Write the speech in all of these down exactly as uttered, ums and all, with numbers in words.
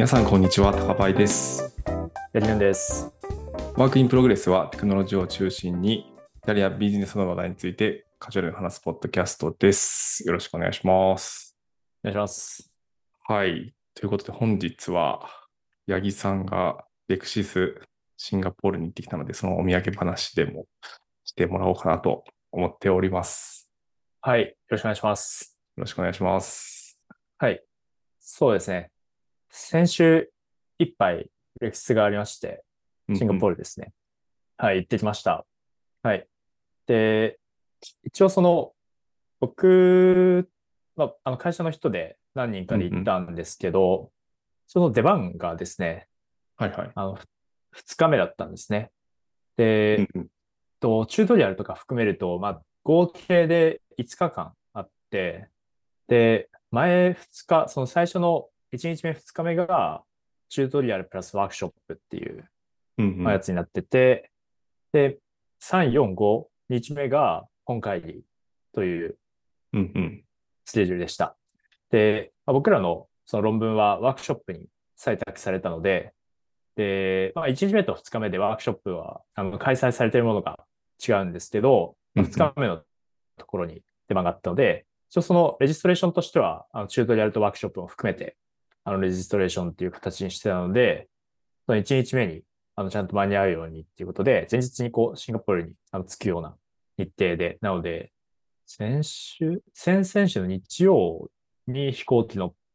皆さん、こんにちは。高井です。 やりぬんです。 ワークインプログレスはテクノロジーを中心に、キャリア、ビジネスの話題についてカジュアルに話すポッドキャストです。よろしくお願いします。 お願いします。 はい。ということで、本日は、八木さんがレクシス、シンガポールに行ってきたので、そのお土産話でもしてもらおうかなと思っております。 はい。よろしくお願いします。 よろしくお願いします。 はい。そうですね。先週いっぱい歴史がありまして、シンガうんうん。 ポールですね。はい。行ってきました。はい。で、一応その、僕、まあ、あの会社の人で何人かで行っうんうん。 たんですけど、その出番がですね、 はいはい。 あの、ふつかめだったんですね。で、 うんうん。 と、チュートリアルとか含めると、まあ、合計でいつかかんあって、で、前ふつか、その最初のいちにちめふつかめが、チュートリアルプラスワークショップっていううんうん。 まあやつになってて、で、さん、よん、ご日目が本会議といううんうん。 スケジュールでした。で、まあ、僕らのその論文はワークショップに採択されたので、で、まあ、いちにちめとふつかめでワークショップはあの開催されているものが違うんですけど、まあ、2 うんうん。 日目のところに出番があったので、一応そのレジストレーションとしては、あのチュートリアルとワークショップも含めて、あのレジストレーションっていう形にしてたので、そのいちにちめにあのちゃんと間に合うようにっていうことで、前日にこうシンガポールにあの着くような日程で、なので、先週、先々週の日曜に飛行機乗って、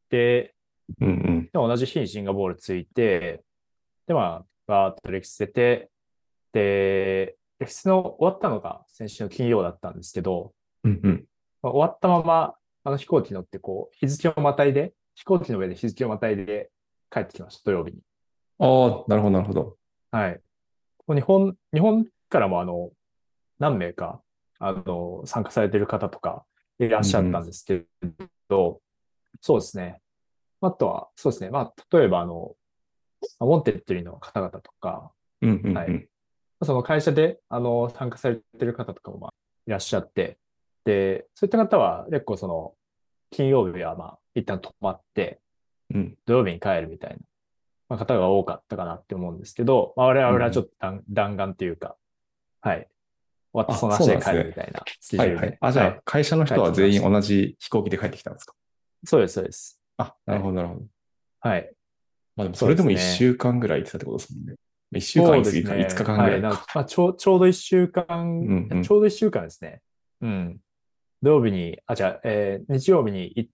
うんうん。 で同じ日にシンガポール着いて、で、まあ、バーっと歴史出て、で、歴史の終わったのが先週の金曜だったんですけど、 うんうん。 まあ終わったまま、あの飛行機乗って、こう、日付をまたいで、飛行機の上で日付をまたいで帰ってきました、土曜日に。 ああ、なるほど、なるほど。 はい。日本、日本からもあの、何名か、あの、参加されている方とかいらっしゃったうんうん。 んですけど、そうですね。あとは、そうですね。まあ、例えばあの、ウォンテッドリーの方々とか、 うんうんはい。 うん。 その会社で、あの、参加されている方とかも、まあ、いらっしゃって、で、そういった方は結構その、金曜日はまあ、一旦泊まって、 うん。 土曜日に帰るみたいな、まあ、方が多かったかなって思うんですけど、まあ、我うんうん。 々はちょっと弾弾丸というか、はい。終わったあ、 その足で帰そうなんですね。 るみたいなスケはいはい。 ジュールで、 あ、じゃあ、 はい。 会社の帰って人は全員きました。 同じ飛行機で帰ってきたんですか？ そうです、そうです。 あ、なはい。 るほど、なるほど。 はい。 まあでも、そそうでれでも1 すね。 週間ぐらい行ってたってことですもんね。いっしゅうかんそうで言い過ぎか、5 すね。 日間ぐはい。な、 らいか。 まあ、ちょう、ちょうど一週間、 うんうん。 ちょうど一週間ですね。うん。土曜日に、あ、じゃあ、えー日曜日に行って、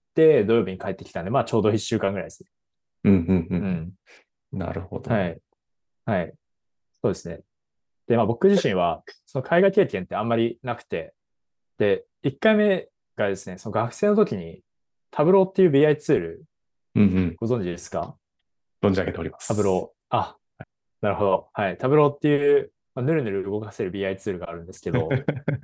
土曜日に帰ってきたんで、まあ、ちょうど一週間ぐらいですね。 うんうんうん。 うん。 なるほど。 はい。はい。そうですね。で、まあ、僕自身は、その海外経験ってあんまりなくて、で、一回目がですね、その学生の時に、タブローっていう ビーアイ ツール、 うんうん。 ご存知ですか？ 存じ上げております。 タブロー。あ、なるほど。はい。タブローっていう、まあ、ぬるぬる動かせる ビーアイ ツールがあるんですけど、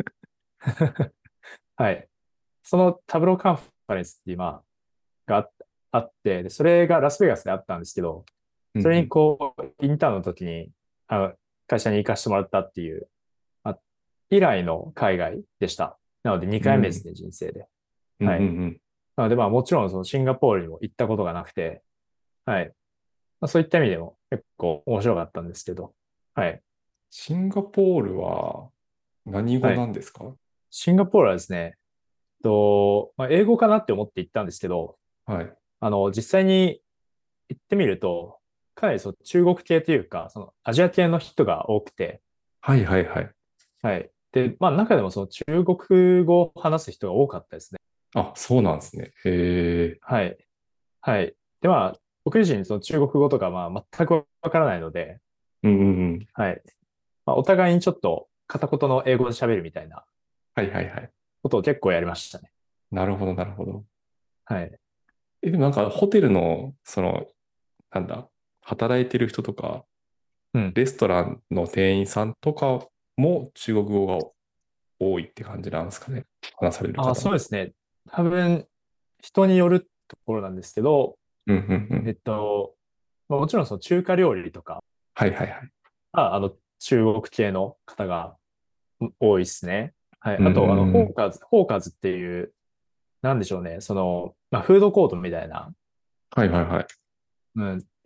はい。そのタブローカンファレンスっていう、まあ、がああって、で、それがラスベガスであったんですけど、それにうんうん。 こう、インターンの時に、あの、会社に行かせてもらったっていう、あ、以来の海外でした。なので2 うん回目ですね、人生で。 うんうんはい。 うん。 なのでまあもちろんそのシンガポールにも行ったことがなくて、はい。まあ、そういった意味でも結構面白かったんですけど、はい。 シンガポールは何語はい。 なんですか？ シンガポールはですね、と、まあ、英語かなって思って行ったんですけど、 はい。 あの、実際に行ってみると、かなりそう中国系というか、そのアジア系の人が多くて、 はいはいはい。 はい。で、まあ中でもその中国語を話す人が多かったですね。 あ、そうなんですね。へえ。 はい。はい。で、まあ、僕自身その中国語とかまあ全くわからないので、 うんうんうん。 はい。まあ、お互いにちょっと片言の英語で喋るみたいなはいはいはい。 ことを結構やりましたね。 なるほどなるほど。 はい。 え、でもなんかホテルの、その、なんだ、働いてる人とか、 うん。 レストランの店員さんとかも中国語が多いって感じなんですかね。話されるあ、 方は。 そうですね。多分、人によるところなんですけど、 うんうんうえん。 っと、まあ、もちろんその中華料理とか、 はいはいはい。 あ、あの、中国系の方が多いですね。はい。 うんあと、あの、 うんうん。 ホーカーズ、ホーカーズっていう、なんでしょうね。その、まあ、フードコートみたいな、 はいはいはい。 うん、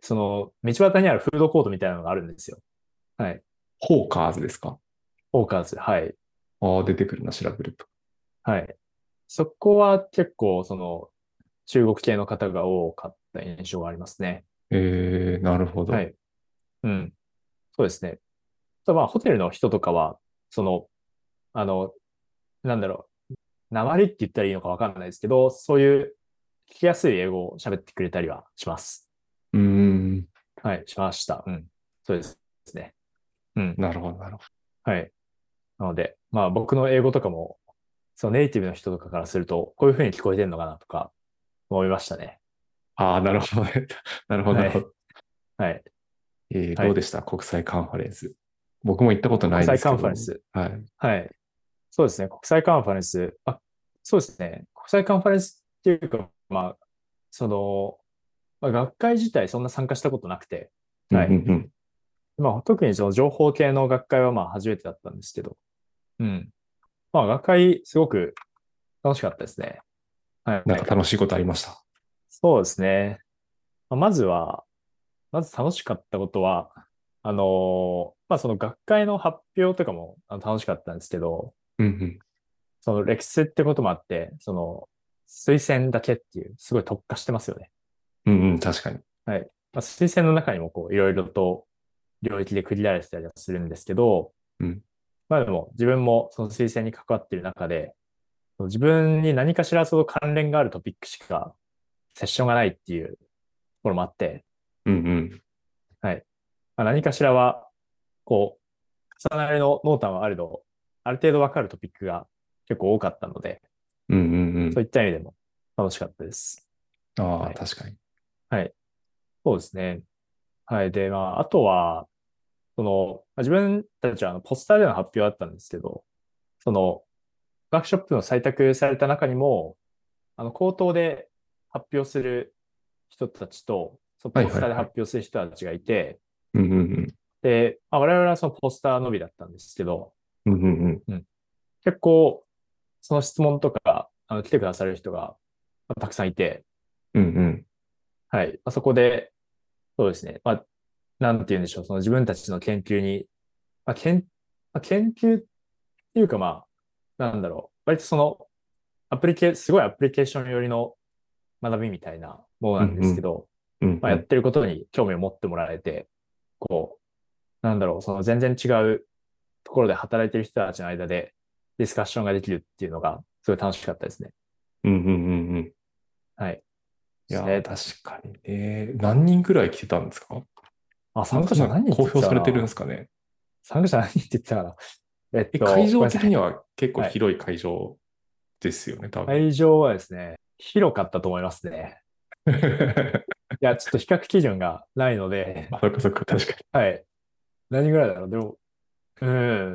その、道端にあるフードコートみたいなのがあるんですよ。はい。 ホーカーズですか？ オーカーズ。はい。 ああ、出てくるな、調べると。 はい。そこは結構、その、中国系の方が多かった印象がありますね。 えー、なるほど。 はい。うん。そうですね。ただまあ、ホテルの人とかは、その、あの、なんだろう、訛りって言ったらいいのかわかんないですけど、そういう聞きやすい英語を喋ってくれたりはします。 うーん、 はい、しました。うん。そうですね。うん。 なるほど、なるほど。 はい。なので、まあ僕の英語とかも、そのネイティブの人とかからすると、こういう風に聞こえてるのかなとか思いましたね。 ああ、なるほどね。なるほど、なはい。 るほど。 はい。 えー、 はい。 どうでした国際カンファレンス？僕も行ったことないで国際カすけど、 ンファレンス。 はい。 はい。そうですね。国際カンファレンス。あ、そうですね。国際カンファレンスっていうか、まあ、その、まあ、学会自体そんな参加したことなくて、 うん、うん、 はい。 うん。 まあ、特にその情報系の学会はまあ初めてだったんですけど、うん。まあ、学会すごく楽しかったですね。はなんかい。 楽しいことありました？ そうですね。まあまずは、まず楽しかったことは、あのーまあ、その学会の発表とかもあの楽しかったんですけど、 うん、うん。 その歴史ってこともあって、その推薦だけっていう、すごい特化してますよね。 うん、うん、確かに。 はい。まあ、推薦の中にもこう、いろいろと領域で区切られてたりはするんですけど、 うん、 まあでも自分もその推薦に関わっている中で、自分に何かしらその関連があるトピックしかセッションがないっていうところもあって、 うん、うん。 はい。まあ、何かしらは、こう、重なりの濃淡はあるの、ある程度わかるトピックが結構多かったので、 うん、うん、うん。 そういった意味でも楽しかったです。 ああ、 はい。 確かに。 はい。そうですね。はい。で、まあ、あとは、その、まあ自分たちはあのポスターでの発表だったんですけど、その、ワークショップの採択された中にも、あの、口頭で発表する人たちと、そのはい、 ポスはい、はい。 ターで発表する人たちがいて、 うん、うん、 で、まあ、我々はそのポスターのみだったんですけど、 うん。うん、うん、うん。 うん、結構、その質問とか、あの、来てくださる人がまあたくさんいて、 うん、うん。 はい。まあ、そこで、そうですね。まあ、なんて言うんでしょう。その自分たちの研究に、まあ、研、まあ、研究っていうかまあ、なんだろう。割とその、アプリケ、すごいアプリケーション寄りの学びみたいなものうん、 なんでうん。 すけど、 うん、 まあ、やっうん。 てることに興味を持ってもらえて、こう、なんだろう、その全然違うところで働いてる人たちの間でディスカッションができるっていうのが、すごい楽しかったですね。 うん、うん、うん。うん。 はい。でいやー、 すね。 確かに。えー、何人ぐらい来てたんですか？ あ、 なんか参加そんな公者何人って言って表されてるんでたかな。 すかね？ 参加者何人って言ってたかな。えっえ、会と、ごめんなさい。 場的には結構はい。 広い会場ですよね、多分。 会場はですね、広かったと思いますね。いや、ちょっと比較基準がないので、 あ、そっかそっか、確かに。 はい。何人ぐらいだろう。でも、うん。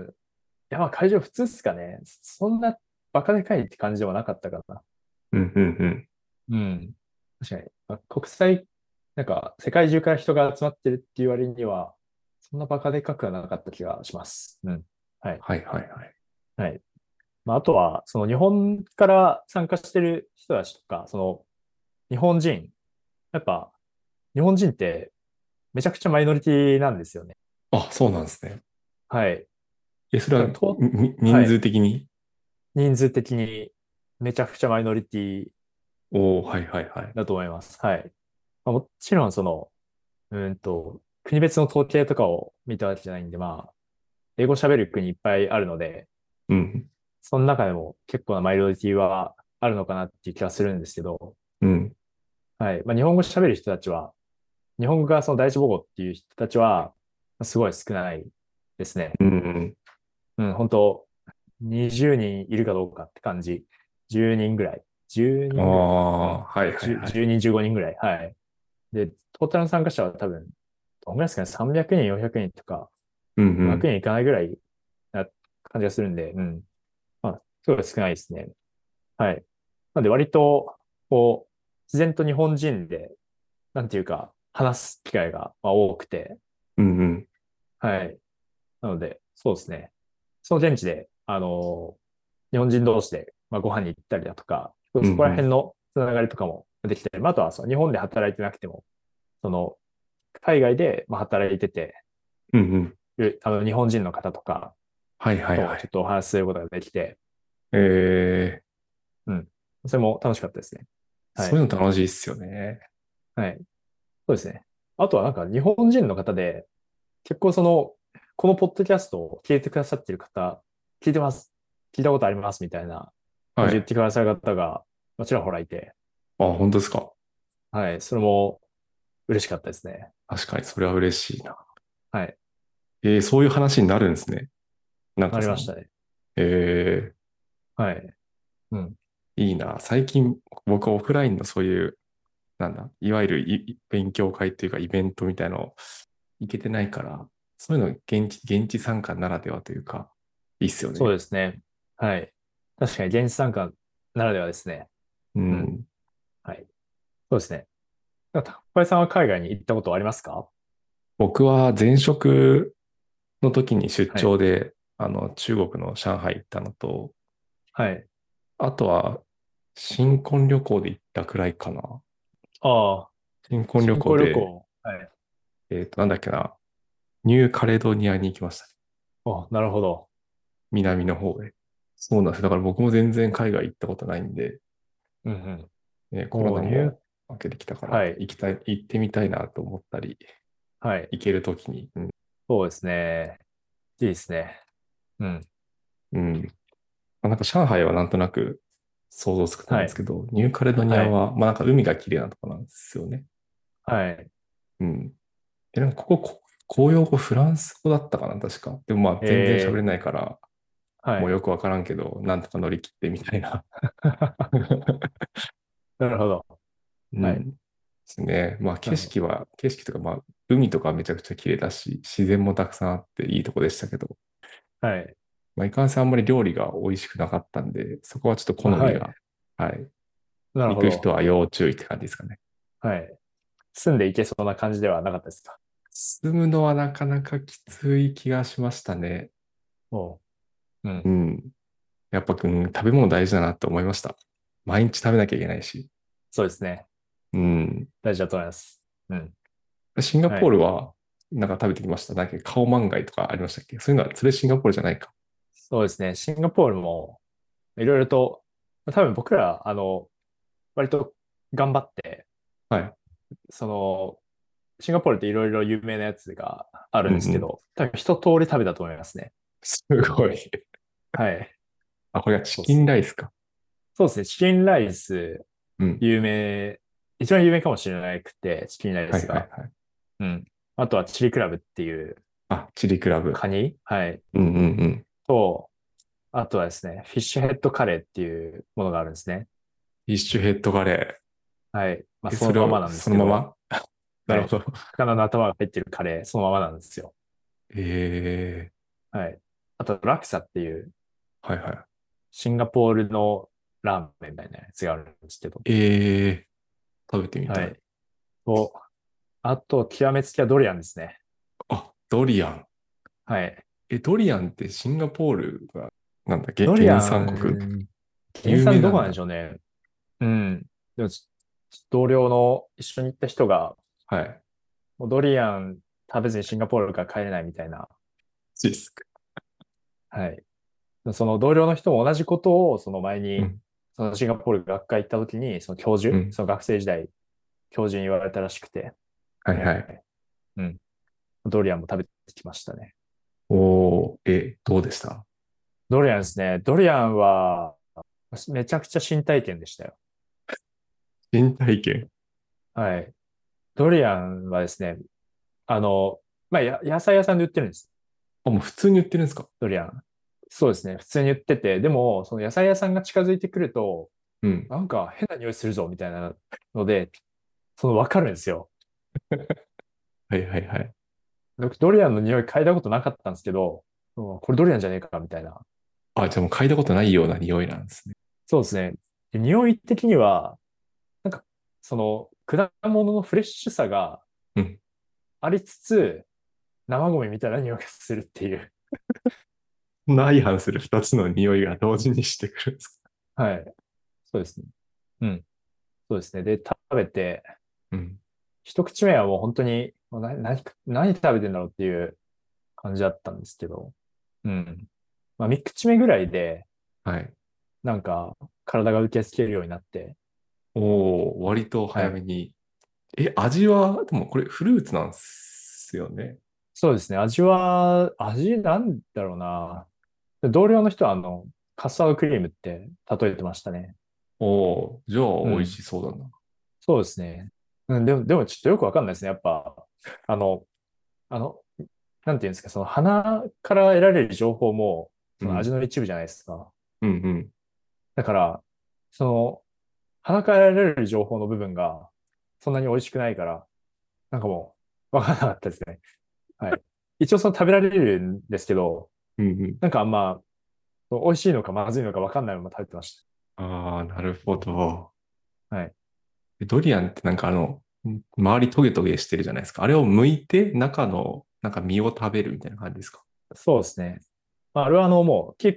いや、まあ会場普通っすかね。そんなバカでかいって感じではなかったかな。 うん、うん、うん。 うん。確かに。まあ、国際、なんか世界中から人が集まってるっていう割には、そんなバカでかくはなかった気がします。うん。はい。 はいはいはい。 はい。まあ、あとは、その日本から参加してる人たちとか、その日本人、やっぱ日本人ってめちゃくちゃマイノリティなんですよね。 あ、そうなんですね。 はい。 え、それはだと、 み人数はい。 的に？ 人数的にめちゃくちゃマイノリティおー、はいはいはい。 だと思います。はい。まあ、もちろん、その、うんと、国別の統計とかを見たわけじゃないんで、まあ、英語喋る国いっぱいあるので、 うん。 その中でも結構なマイノリティはあるのかなっていう気はするんですけど、 うん。 はい。まあ、日本語喋る人たちは、日本語がその第一母語っていう人たちは、すごい少ないですね。 うん。 うん、本当にじゅうにんいるかどうかって感じ。じゅうにんぐらい。10 あ人ぐらい。うあ、 ん。 はいはい 10、 はい。 じゅうにん、じゅうごにんぐらい。はい。で、トータルの参加者は多分、どんぐらいですかね？ さんびゃく 人、よんひゃくにんとか、 うんうごひゃくん。 にんいかないぐらいな感じがするんで、うん。まあ、すごい少ないですね。はい。なんで割と、こう、自然と日本人で、なんていうか、話す機会がまあ多くて、 うんうん。 はい。なので、そうですね。その現地で、あの、日本人同士で、まあ、ご飯に行ったりだとか、そこらうんうん。 辺のつながりとかもできたり、まあ、あとはその日本で働いてなくても、その、 海外でまあ働いてて、 うんうん。 あの日本人の方とかはいはいはい。 とちょっとお話しすることができて、 えー、 うん。それも楽しかったですね。はい。 そういうの楽しいっすよね。 はい。そうですね。あとはなんか日本人の方で、結構その、このポッドキャストを聞いてくださってる方、聞いてます。聞いたことありますみたいな感じで言っはい。 てくださる方が、もちろんほらいて、 あ、本当ですか。 はい。それも嬉しかったですね。 確かにそれは嬉しいな。 はい。 えー、そういう話になるんですね。なんかその、 ありましたね。 えはい。うん。 ー、いいな。最近僕はオフラインのそういう、なんだ、いわゆるい勉強会というかイベントみたいの行けてないから、そういうの現地、現地参加ならではというか、いいっすよそうね。 ですね。はい。確かに現地参加ならではですね。うん。 うん。 はい。そうですね。高橋さんは海外に行ったことはありますか？ 僕は前職の時に出はい。 張で、あの、中国の上海行ったのと、 はい。 あとは新婚旅行で行ったくらいかな。 ああ、 新婚旅新興旅行で、 行。はい。 えっと、なんだっけな、ニューカレドニアに行きました。 あ、なるほど。 南の方へ。そうなんです。だから僕も全然海外行ったことないんで、 うんうん。 ね、コロおー、ニュー、 ナも明けてきたからはい。 行きたい、行ってみたいなと思ったり、 はい。 行けるときに、うん、 そうですね。いいですね。うん。 うん。まあ、なんか上海はなんとなく想像つくと思うはい。 んですけど、ニューカレドニはい。 アは、まあなんか海が綺麗なとこなんですよね。 はい。 うん。で、なんかここ、こ公用語フランス語だったかな、確か。でもまあ全然喋れえないから、 ー、はい。 もうよくわからんけど、なんとか乗り切ってみたいな。 なるほど。はい。 うん。ですね。まあ景なるほど。 色は、景色とかまあ海とかめちゃくちゃ綺麗だし、自然もたくさんあっていいとこでしたけど、 はい。 まあいかんせんあんまり料理が美味しくなかったんで、そこはちょっと好あ、はい。 みが、はい。行く人なるほど。 は要注意って感じですかね。 はい。住んでいけそうな感じではなかったですか？ 住むのはなかなかきつい気がしましたね。 おう。うん。 うん。やっぱ、うん、食べ物大事だなって思いました。毎日食べなきゃいけないし。 そうですね。 うん。 大事だと思います。うん。 シンガはい。 ポールは、なんか食べてきました。なんか、カオマンガイとかありましたっけ？そういうのは、それシンガポールじゃないか。 そうですね。シンガポールもいろいろと、多分僕ら、あの、割と頑張って、 はい。 その、シンガポールっていろいろ有名なやつがあるうんうん。 んですけど、多分一通り食べたと思いますね。 すごい。 はい。 あ、これはチキンそうです。 ライスか。 そうですね。チキンライス、 うん。 有名、一番有名かもしれなくて、チキンライはいスが。 はいはい。 うん。あとはチリクラブっていうあ、チリクラブ。 カニ。はい。 うんうんうん。 と、あとはですね、フィッシュヘッドカレーっていうものがあるんですね。 フィッシュヘッドカレはい。まあ、 ー。え、 そのままそれをなんですけど、 そのまま？なはい。 るほど。 魚の頭が入ってるカレー、そのままなんですよ。 ええはい。あと、ラクサっていうー。はいはシンガポールのラーメンみたいなやつがあるんですけど、 い。ええー。食べてみたい。 はい。と、あと、極めつきはドリアンですね。 あ、ドリアン。 はい。 え、ドリアンってシンガポールが、なんだ、げ原ドリア産国？ ン、原有名産どこなんでなんだ。 しょうね。うん。でも、ち同僚の一緒に行った人が、 はい。 もうドリアン食べずにシンガポールから帰れないみたいな。 ジスク。 はい。その同僚の人も同じことを、その前に、 うん。 そのシンガポール学会行った時に、その教授、 うん。 その学生時代、教授に言われたらしくて、はい。 はいはい。 うん。ドリアンも食べてきましたね。 おー、え、どうでした？ ドリアンですね。ドリアンは、めちゃくちゃ新体験でしたよ。 新体験？ はい。ドリアンはですね、あの、まあ、や、野菜屋さんで売ってるんです。 あ、もう普通に売ってるんですか？ ドリアン。そうですね。普通に売ってて、でも、その野菜屋さんが近づいてくると、 うん。 なんか変な匂いするぞ、みたいなので、その分かるんですよ。 はいはいはい。 僕、ドリアンの匂い嗅いだことなかったんですけど、うんこれドリアンじゃねえか、みたいな。 あ、じゃあもう嗅いだことないような匂いなんですね。 そうですね。で匂い的には、なんか、その、果物のフレッシュさがうん。 ありつつ、生ゴミみたいな匂いがするっていう。 相反する二つの匂いが同時にしてくるんですか？ はい。そうですね。うん。そうですね。で、食べて、 うん。 一口目はもう本当に、もう何、何、何食べてんだろうっていう感じだったんですけど、うん。まあ、三口目ぐらいで、 はい。 なんか、体が受け付けるようになって、 おー、割とはい。 早めに。え、味は、でもこれフルーツなんすよね。 そうですね。味は、味なんだろうな。同僚の人は、あの、カスタードクリームって例えてましたね。 おー、じゃあ美味うん。 しそうだな。 そうですね。うん、でも、でもちょっとよくわかんないですね。やっぱ、あの、あの、なんていうんですか、その鼻から得られる情報も、その味うん。 の一部じゃないですか。 うんうん。 だから、その、鼻から得られる情報の部分が、そんなに美味しくないから、なんかもう、わからなかったですね。はい。一応その食べられるんですけど、 うんうん。 なんかあんま、美味しいのかまずいのかわかんないまま食べてましああ、なるほど。 た。はい。 ドリアンってなんかあの、周りトゲトゲしてるじゃないですか。あれを剥いて中のなんか実を食べるみたいな感じですか？ そうですね。まあ、あれはあの、もう切って、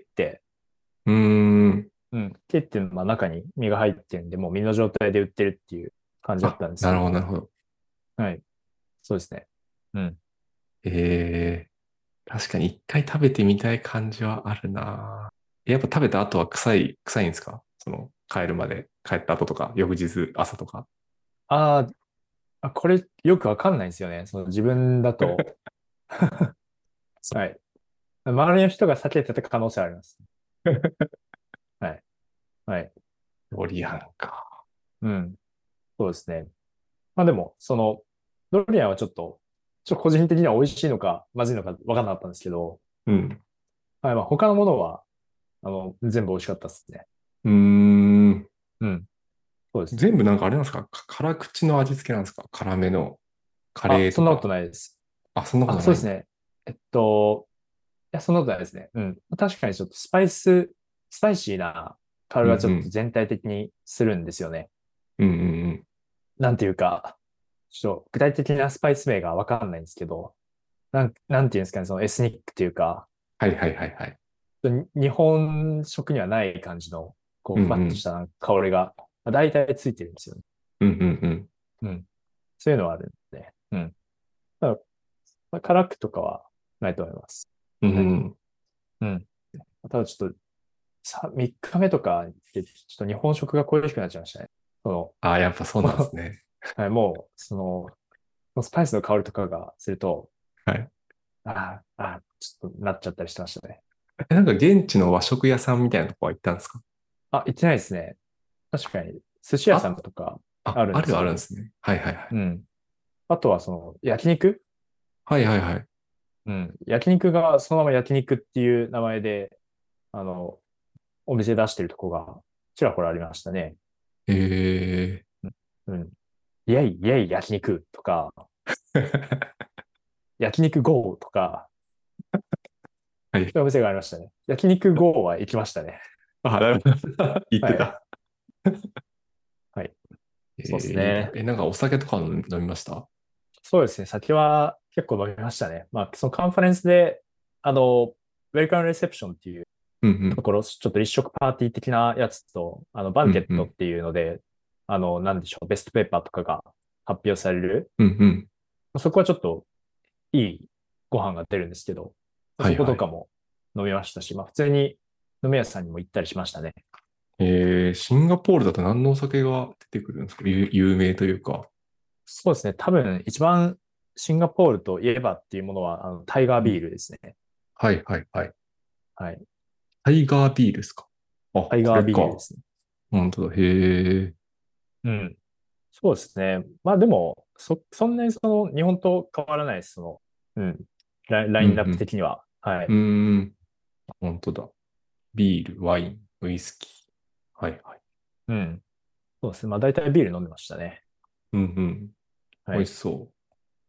うーん。 うん、切って、まあ中に実が入ってるんで、もう実の状態で売ってるっていう感じだっあ、 たんですなるほど、 けど、 なるほど。 はい。そうですね。うん。 ええ、確かに一回食べてみたい感じはあるな。やっぱ食べた後は臭い、臭いんですか？その、帰るまで、帰った後とか、翌日朝とか。 あーあ、これよくわかんないんですよね。その自分だと、はい。周りの人が避けてた可能性あります。はい。はい。 ドリアンか。 うん。そうですね。まあでも、その、ドリアンはちょっと、ちょっと個人的には美味しいのか、まずいのかわかんなかったんですけど、 うん。 はい。まあ他のものは、あの、全部美味しかったですね。 うーん。 うん。そうですね。 全部なんかあれなんですか？か辛口の味付けなんですか？辛めのカあ、そんなことレーとか。 ないです。 あ、そんなこあ、 とないんだ。 そうですね。えっと、いや、そんなことないですね。うん。確かにちょっとスパイス、スパイシーな香りがちょっとうんうん。 全体的にするんですよね。 うんうんうん。 なんていうか、ちょっと具体的なスパイス名がわかんないんですけど、なん、なんていうんですかね、そのエスニックっていうか、 はいはいはいはい。 に日本食にはない感じの、こう、 うんうふわっとしん。 た香りが、まあ、大体ついてるんですよね。 うんうんうん。 うん。そういうのはあるんで、うん。ただ、まあ辛くとかはないと思います。 うんはい。 うん。 うん。ただちょっと、さ、みっかめとかで、ちょっと日本食が恋しくなっちゃいましたね。その、 ああ、やっぱそうなんですもね。 う、はい、もう、その、スパイスの香りとかがすると、 はい。 ああ、ああ、ちょっとなっちゃったりしてましたね。 え、なんか現地の和食屋さんみたいなとこは行ったんですか？ あ、行ってないですね。確かに、寿司屋さんあ、 とかあ、 あるんあるですけど、 あるんですね。はいはいはい。 うん。あとはその、焼肉はいはいはい。 うん。焼肉がそのまま焼肉っていう名前で、あの、お店出してるとこがちらほらありましたね。 えうん。イェイ、イェイ焼肉とか、 ー。 焼肉 ゴー とか、 はい。 そういうお店がありましたね。焼肉 ゴー は行きましたね。 あ、なるほど。言っはい。 てた。 はい。 えそうですー、いいな。 ね。 え、なんかお酒とか飲み飲みました？ そうですね。酒は結構飲みましたね。まあ、そのカンファレンスで、あの、ウェルカムレセプションっていううんうん。 ところ、ちょっと立食パーティー的なやつと、あの、バンケッうんうん。 トっていうので、あの、なんでしょう、ベストペーパーとかが発表される。 うんうん。 そこはちょっといいご飯が出るんですけど、そはいはい。 ことかも飲みましたし、まあ、普通に飲み屋さんにも行ったりしましたね。 えー、シンガポールだと何のお酒が出てくるんですか？有、有名というか。 そうですね。多分一番シンガポールといえばっていうものは、あの、タイガーうん。 ビールですね。 はいはいはい。 はい。 タイガービールですか？あ、 タイガーこれか。 ビールですね。 本当だ。へえ。 うん。そうですね。まあでも、そ、そんなにその日本と変わらないです。その、うん。ラインラインナップうん的には。はうん。 い。 うーん。本当だ。ビール、ワイン、ウイスキー。はいはい。 うん。そうですね。まあ大体ビール飲んでましたね。 うんうん。美味しはい。 そう。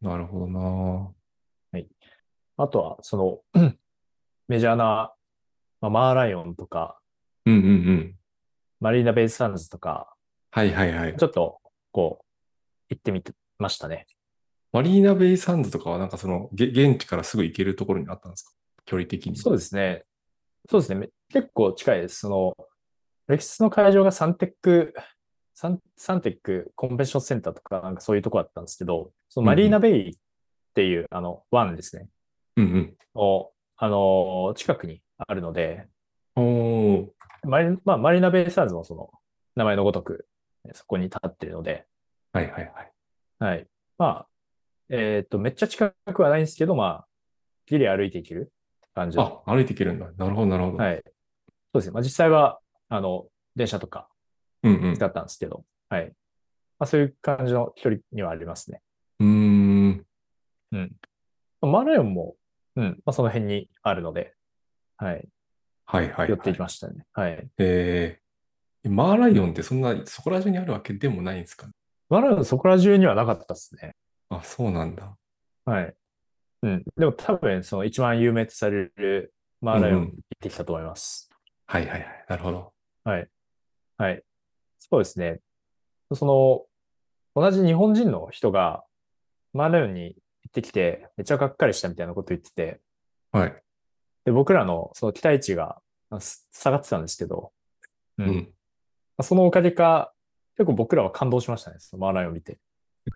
なるほどな。 はい。あとは、その、うんメジャーな、まあ、マーライオンとか、 うんうんうん。 マリーナベイサンズとか、 はいはいはい。 ちょっと、こう、行ってみてましたね。 マリーナベイサンズとかはなんかその、げ、現地からすぐ行けるところにあったんですか？距離的には。 そうですね。そうですね。め結構近いです。その、歴史の会場がサンテックサン、サンテックコンベンションセンターとかなんかそういうとこだったんですけど、そのマリーナうんベイっていうあの湾ですね。 うん。うんを、あの、近くにあるので、 うん。おー。 マリ、まあ、マリーナベイサンズもその名前のごとくそこに立っているので、 はいはいはい。 はい。まあ、えっと、めっちゃ近くはないんですけど、まあ、ギリ歩いていける感じの。 あ、歩いていけるんだ。なるほどなるほど。 はい。そうですね。まあ、実際は、あの、電車とかうん使ったんですけど、はい。まあ、そういう感じの距離にはありますね。 うん。うーん。 うん。マーライオンも、うん、まあ、その辺にあるので、はい。 はいはい寄ってはい。 いきましたね。はい。 えー、マーライオンってそんなそこら中にあるわけでもないんですかね？ マーライオンそこら中にはなかったですね。 あ、そうなんだ。 はい。うん。でも多分、その一番有名とされるマーライオン行うんうん。 ってきたと思います。 はいはいはい。なるほど。 はい。はい。そうですね。その、同じ日本人の人がマーライオンに行ってきて、めっちゃがっかりしたみたいなこと言ってて、 はい。 で、僕らのその期待値があす下がってたんですけど、うん。 うん。 そのおかげか、結構僕らは感動しましたね。そのマーライオンを見て。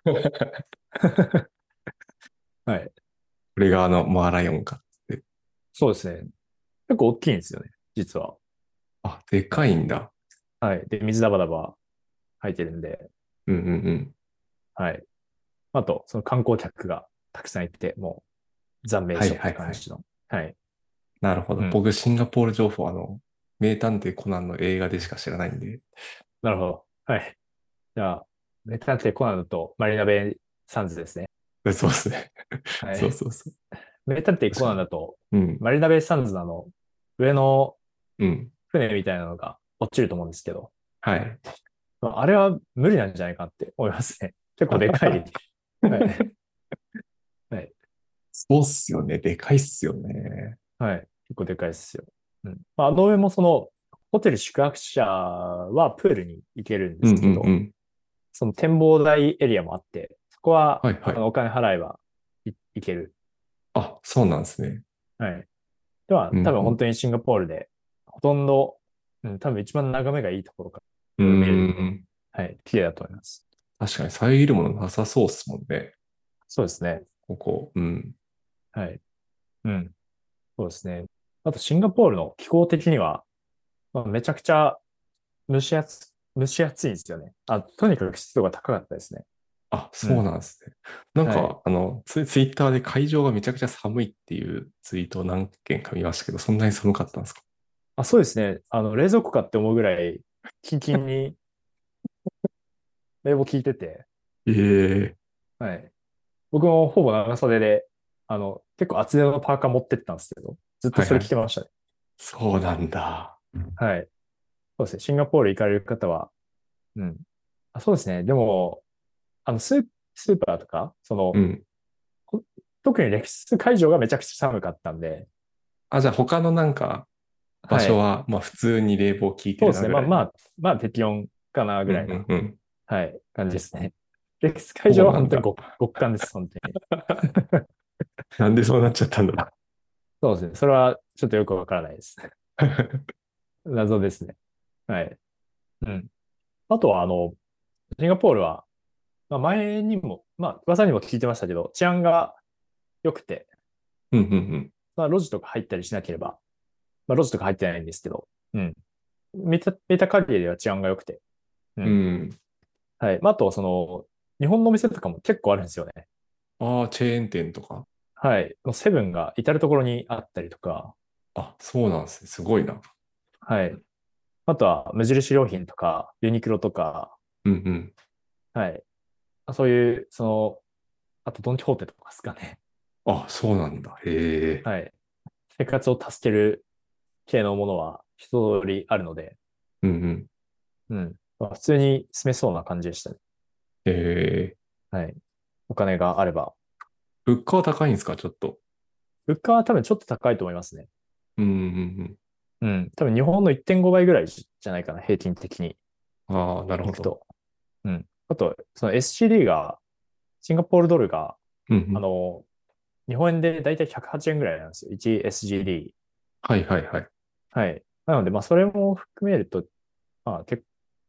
はい。 これがあのマーライオンかって。 そうですね。結構大きいんですよね。実は。 あ、でかいんだ。 はい。で、水ダバダバ入ってるんで、 うんうんうん。 はい。あと、その観光客がたくさんいて、もう、ザ・名はい所っはいはい。 て感じの。はい。 なるほど。 うん。 僕、シンガポール情報、あの、名探偵コナンの映画でしか知らないんで。 なるほど。はい。じゃあ、メタンテコナンとマリナベイサンズですね。 そうですね。そうはい。 そうそう。 メタンテコ確かに。 ナンだと、 うん。 マリナベイサンズのあの、上のうん。 船みたいなのが落ちると思うんですけど、 はい。 あれは無理なんじゃないかって思いますね。結構でかい。はい。はい。 そうっすよね。でかいっすよね。 はい。結構でかいですよ。うん。まあ、あの上もその、ホテル宿泊者はプールに行けるんでうんうんすけど、 うん。 その展望台エリアもあって、そこは、 はいはい。 あの、お金払えばい行ける。 あ、そうなんですね。 はい。では、多分本うんうん。 当にシンガポールで、ほとんど、うん、多分一番眺めがいいところかうーら見れるんで、 ん。 はい。綺麗だと思います。 確かに遮るものなさそうっすもんね。 そうですね。 ここ。うん。 はい。うん。そうですね。あと、シンガポールの気候的には、まあ、めちゃくちゃ蒸し暑、蒸し暑いんですよね。あ、とにかく湿度が高かったですね。 あ、そううん。 なんですね。なんはい。 か、あの、ツ、ツイッターで会場がめちゃくちゃ寒いっていうツイートを何件か見ましたけど、そんなに寒かったんですか？ あ、そうですね。あの、冷蔵庫かって思うぐらい、キンキンに冷房効いてて、 ええ。 はい。僕もほぼ長袖で、あの、結構厚手のパーカー持ってったんですけど、ずっとそれはいはい。 着てましたね。 そうなんだ。 はい。そうですね。シンガポール行かれる方は、うん。あ、そうですね。でも、あの、スー、スーパーとか、その、 うん。 こ特に歴史会場がめちゃくちゃ寒かったんで、 あ、じゃあ他のなんか場はい。 所は、まあ普通に冷房効いてそうですね。 るなぐらいの。 まあまあ、まあ適温かなぐうんらいな、 うんうん。 はい、感じですね。歴史会場はそうなんだ。 本当に極、極寒です、本当に。 なんでそうなっちゃったんだそうですね。それはちょっとよくわからないです。 ろう。 謎ですね。はい。うん。あとは、あの、シンガポールは、まあ、前にも、まあ、噂にも聞いてましたけど、治安が良くて、 うんうんまあ、路地とか入ったりしなければ、まあ、路地とか入ってないんですけど、うん。見た、見た限りでは治安が良くて、ううん。 ん。 うん。 はい。まあ、あと、その、日本のお店とかも結構あるんですよね。 ああ、チェーン店とか。 はい。もうセブンが至るところにあったりとか、 あ、そうなんですね。すごいな。 はい。あとは、無印良品とか、ユニクロとか、 うんうん。 はい。そういう、その、あとドンキホーテとかですかね。 あ、そうなんだ。へえ。 はい。生活を助ける系のものは一通りあるので、 うんうん。 うん。まあ普通に住めそうな感じでしたね。 へえ。 はい。お金があれば。 物価は高いんですかちょっと？ 物価は多分ちょっと高いと思いますね。 うんうんうん。多分日本のいってんごばいぐらいじゃないかな、平均的にうん。ああ、なるほど。 行くと。うん。あと、その エスシーディー が、シンガポールドルが、 うんうん。 あの、日本円でだいたいひゃくはちえんぐらいなんですよ。いちエスジーディー。 はいはいはい。 はい。なので、まあ、それも含めると、まあ、結構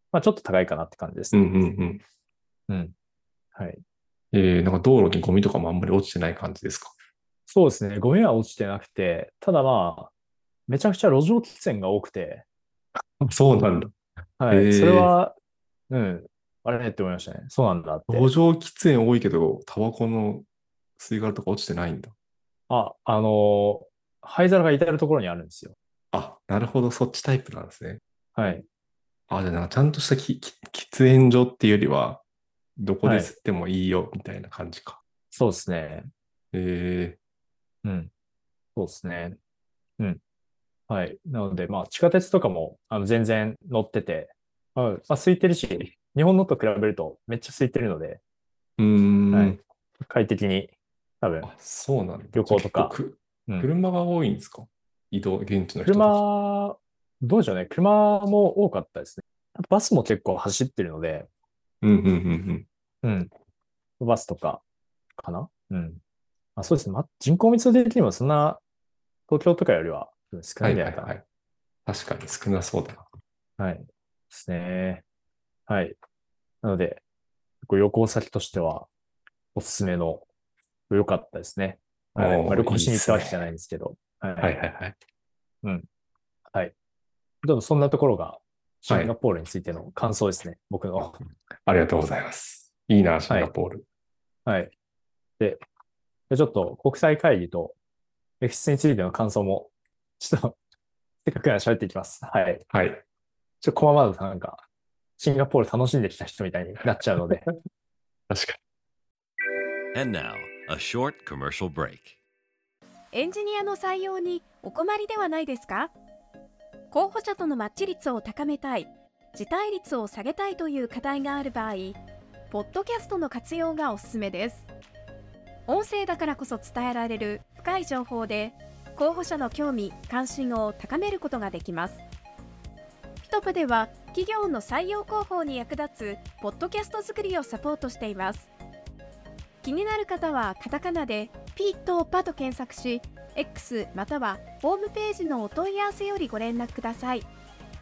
まあちょっと高いかなって感じですうんうね。 んうん。 うん。はい。 えー、なんか道路にゴミとかもあんまり落ちてない感じですか？ そうですね。ゴミは落ちてなくて、ただまあ、めちゃくちゃ路上喫煙が多くて、 そうなんだ。えはい。それー、 は、うん、あれって思いましたね。そうなんだって。 路上喫煙多いけど、タバコの吸い殻とか落ちてないんだ。 あ、あのー灰皿が至るところにあるんですよ。 あ、なるほど、そっちタイプなんですね。 はい。 あ、じゃあなんかちゃんとしたきき喫煙所っていうよりは、どこではい。 吸ってもいいよ、みたいな感じか。 そうですね。 えうん。そうですね。うん。はい。なので、まあ、地下鉄とかも、あの、全然乗ってて、はい。まあ、空いてるし、日本のと比べるとめっちゃ空いてるので、 ー、うーはい。 ん。 快適に、多分、 あ、そうなんだ。 旅じゃあ行とか、 結構く、 うん。 車が多いんですか？移動、現地の人たち。 車、どうでしょうね。車も多かったですね。あとバスも結構走ってるので、 うん、うん、うん、うん。 うん。バスとか、かなうん。あ、そうですね。ま、人口密度的にもそんな、東京とかよりは少はい、 ないんじゃないかな。 はい、はい。確かに少なそうだな。 はい。ですね。はい。なので、ご旅行先としては、おすすめの、良かったですね。はい。まあ、 おー、 旅行いいっしに行ったわけじゃないんすね。 ですけど。ははい、 い。 はい、はい。 うん。はい。ちょっとそんなところが、シはい。 ンガポールについての感想ですね。僕の。 ありがとうございます。いいな、シンはい。 ガポール。 はい。で、でちょっと国際会議と歴史についての感想も、ちょっと、せっかくなら喋っていきます。はい。 はい。 ちょっとコマまずなんか、シンガポール楽しんできた人みたいになっちゃうので。 確か And now, a short commercial break. エンジニアの採用にお困りではないですか？候補者とのマッチ率を高めたい、辞退率を下げたいという課題がある場合、ポッドキャストの活用がおすすめです。音声だからこそ伝えられる深い情報で、候補者の興味・関心を高めることができます。ピトプでは企業の採用広報に役立つポッドキャスト作りをサポートしています。気になる方はカタカナでピとパと検索し、X またはホームページのお問い合わせよりご連絡ください。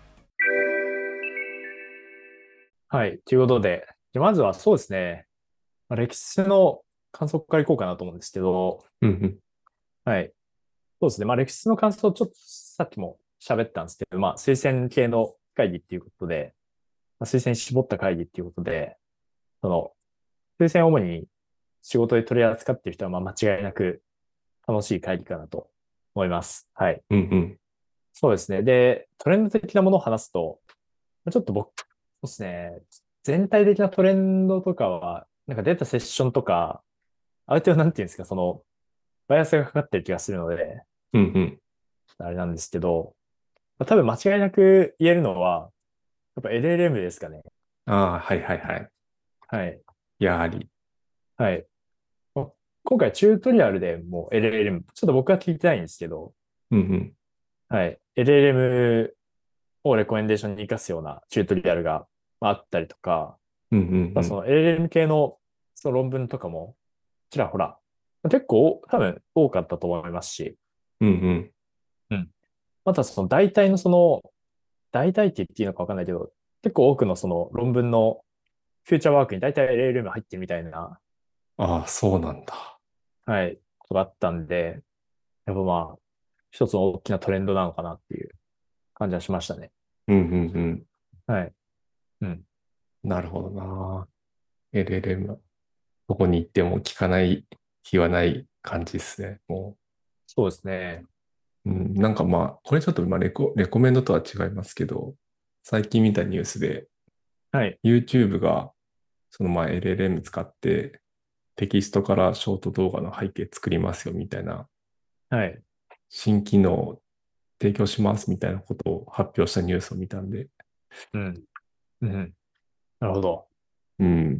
はい。ということで、じゃあまずはそうですね。まあ歴史の感想からいこうかなと思うんですけど、 に。うんうん。 はい。そうですね。まあ歴史の感想、ちょっとさっきも喋ったんですけど、まあ推薦系の会議っていうことで、まあ、推薦絞った会議っていうことで、その、推薦を主に仕事で取り扱っている人はまあ間違いなく楽しい会議かなと思います。はい。 うんうん。 そうですね。で、トレンド的なものを話すと、ちょっと僕、そうですね。全体的なトレンドとかは、なんか出たセッションとか、ある程度なんていうんですか、その、バイアスがかかってる気がするので、 うんうん。 あれなんですけど、まあ多分間違いなく言えるのは、やっぱ エルエルエム ですかね。 ああ、はいはいはい。 はい。 やはり。 はい。まあ今回チュートリアルでもう エルエルエム、ちょっと僕は聞いてないんですけど、 うんうん。 はい。エルエルエム をレコメンデーションに活かすようなチュートリアルがまああったりとか、 うんうんうん。 まあその エルエルエム 系のその論文とかもちらほら、結構多分多かったと思いますし、 うんうん。 うん。またその大体のその、大体って言っていいのかわかんないけど、結構多くのその論文のフューチャーワークに大体 エルエルエム 入ってるみたいな、 ああ、そうなんだ。 はい、ことがあったんで、やっぱまあ、一つの大きなトレンドなのかなっていう感じはしましたね。 うんうんうん。 はい。うん。 なるほどな。エルエルエム。どこに行っても聞かない日はない感じですね。もそうですね。 う。うん、なんかまあ、これちょっとまあレコ、レコメンドとは違いますけど、最近見たニュースで、 はい。 YouTube がそのまあ エルエルエム 使ってテキストからショート動画の背景作りますよみたいなはい。 新機能を提供しますみたいなことを発表したニュースを見たんで、 うん。うん。なるほど。 うん、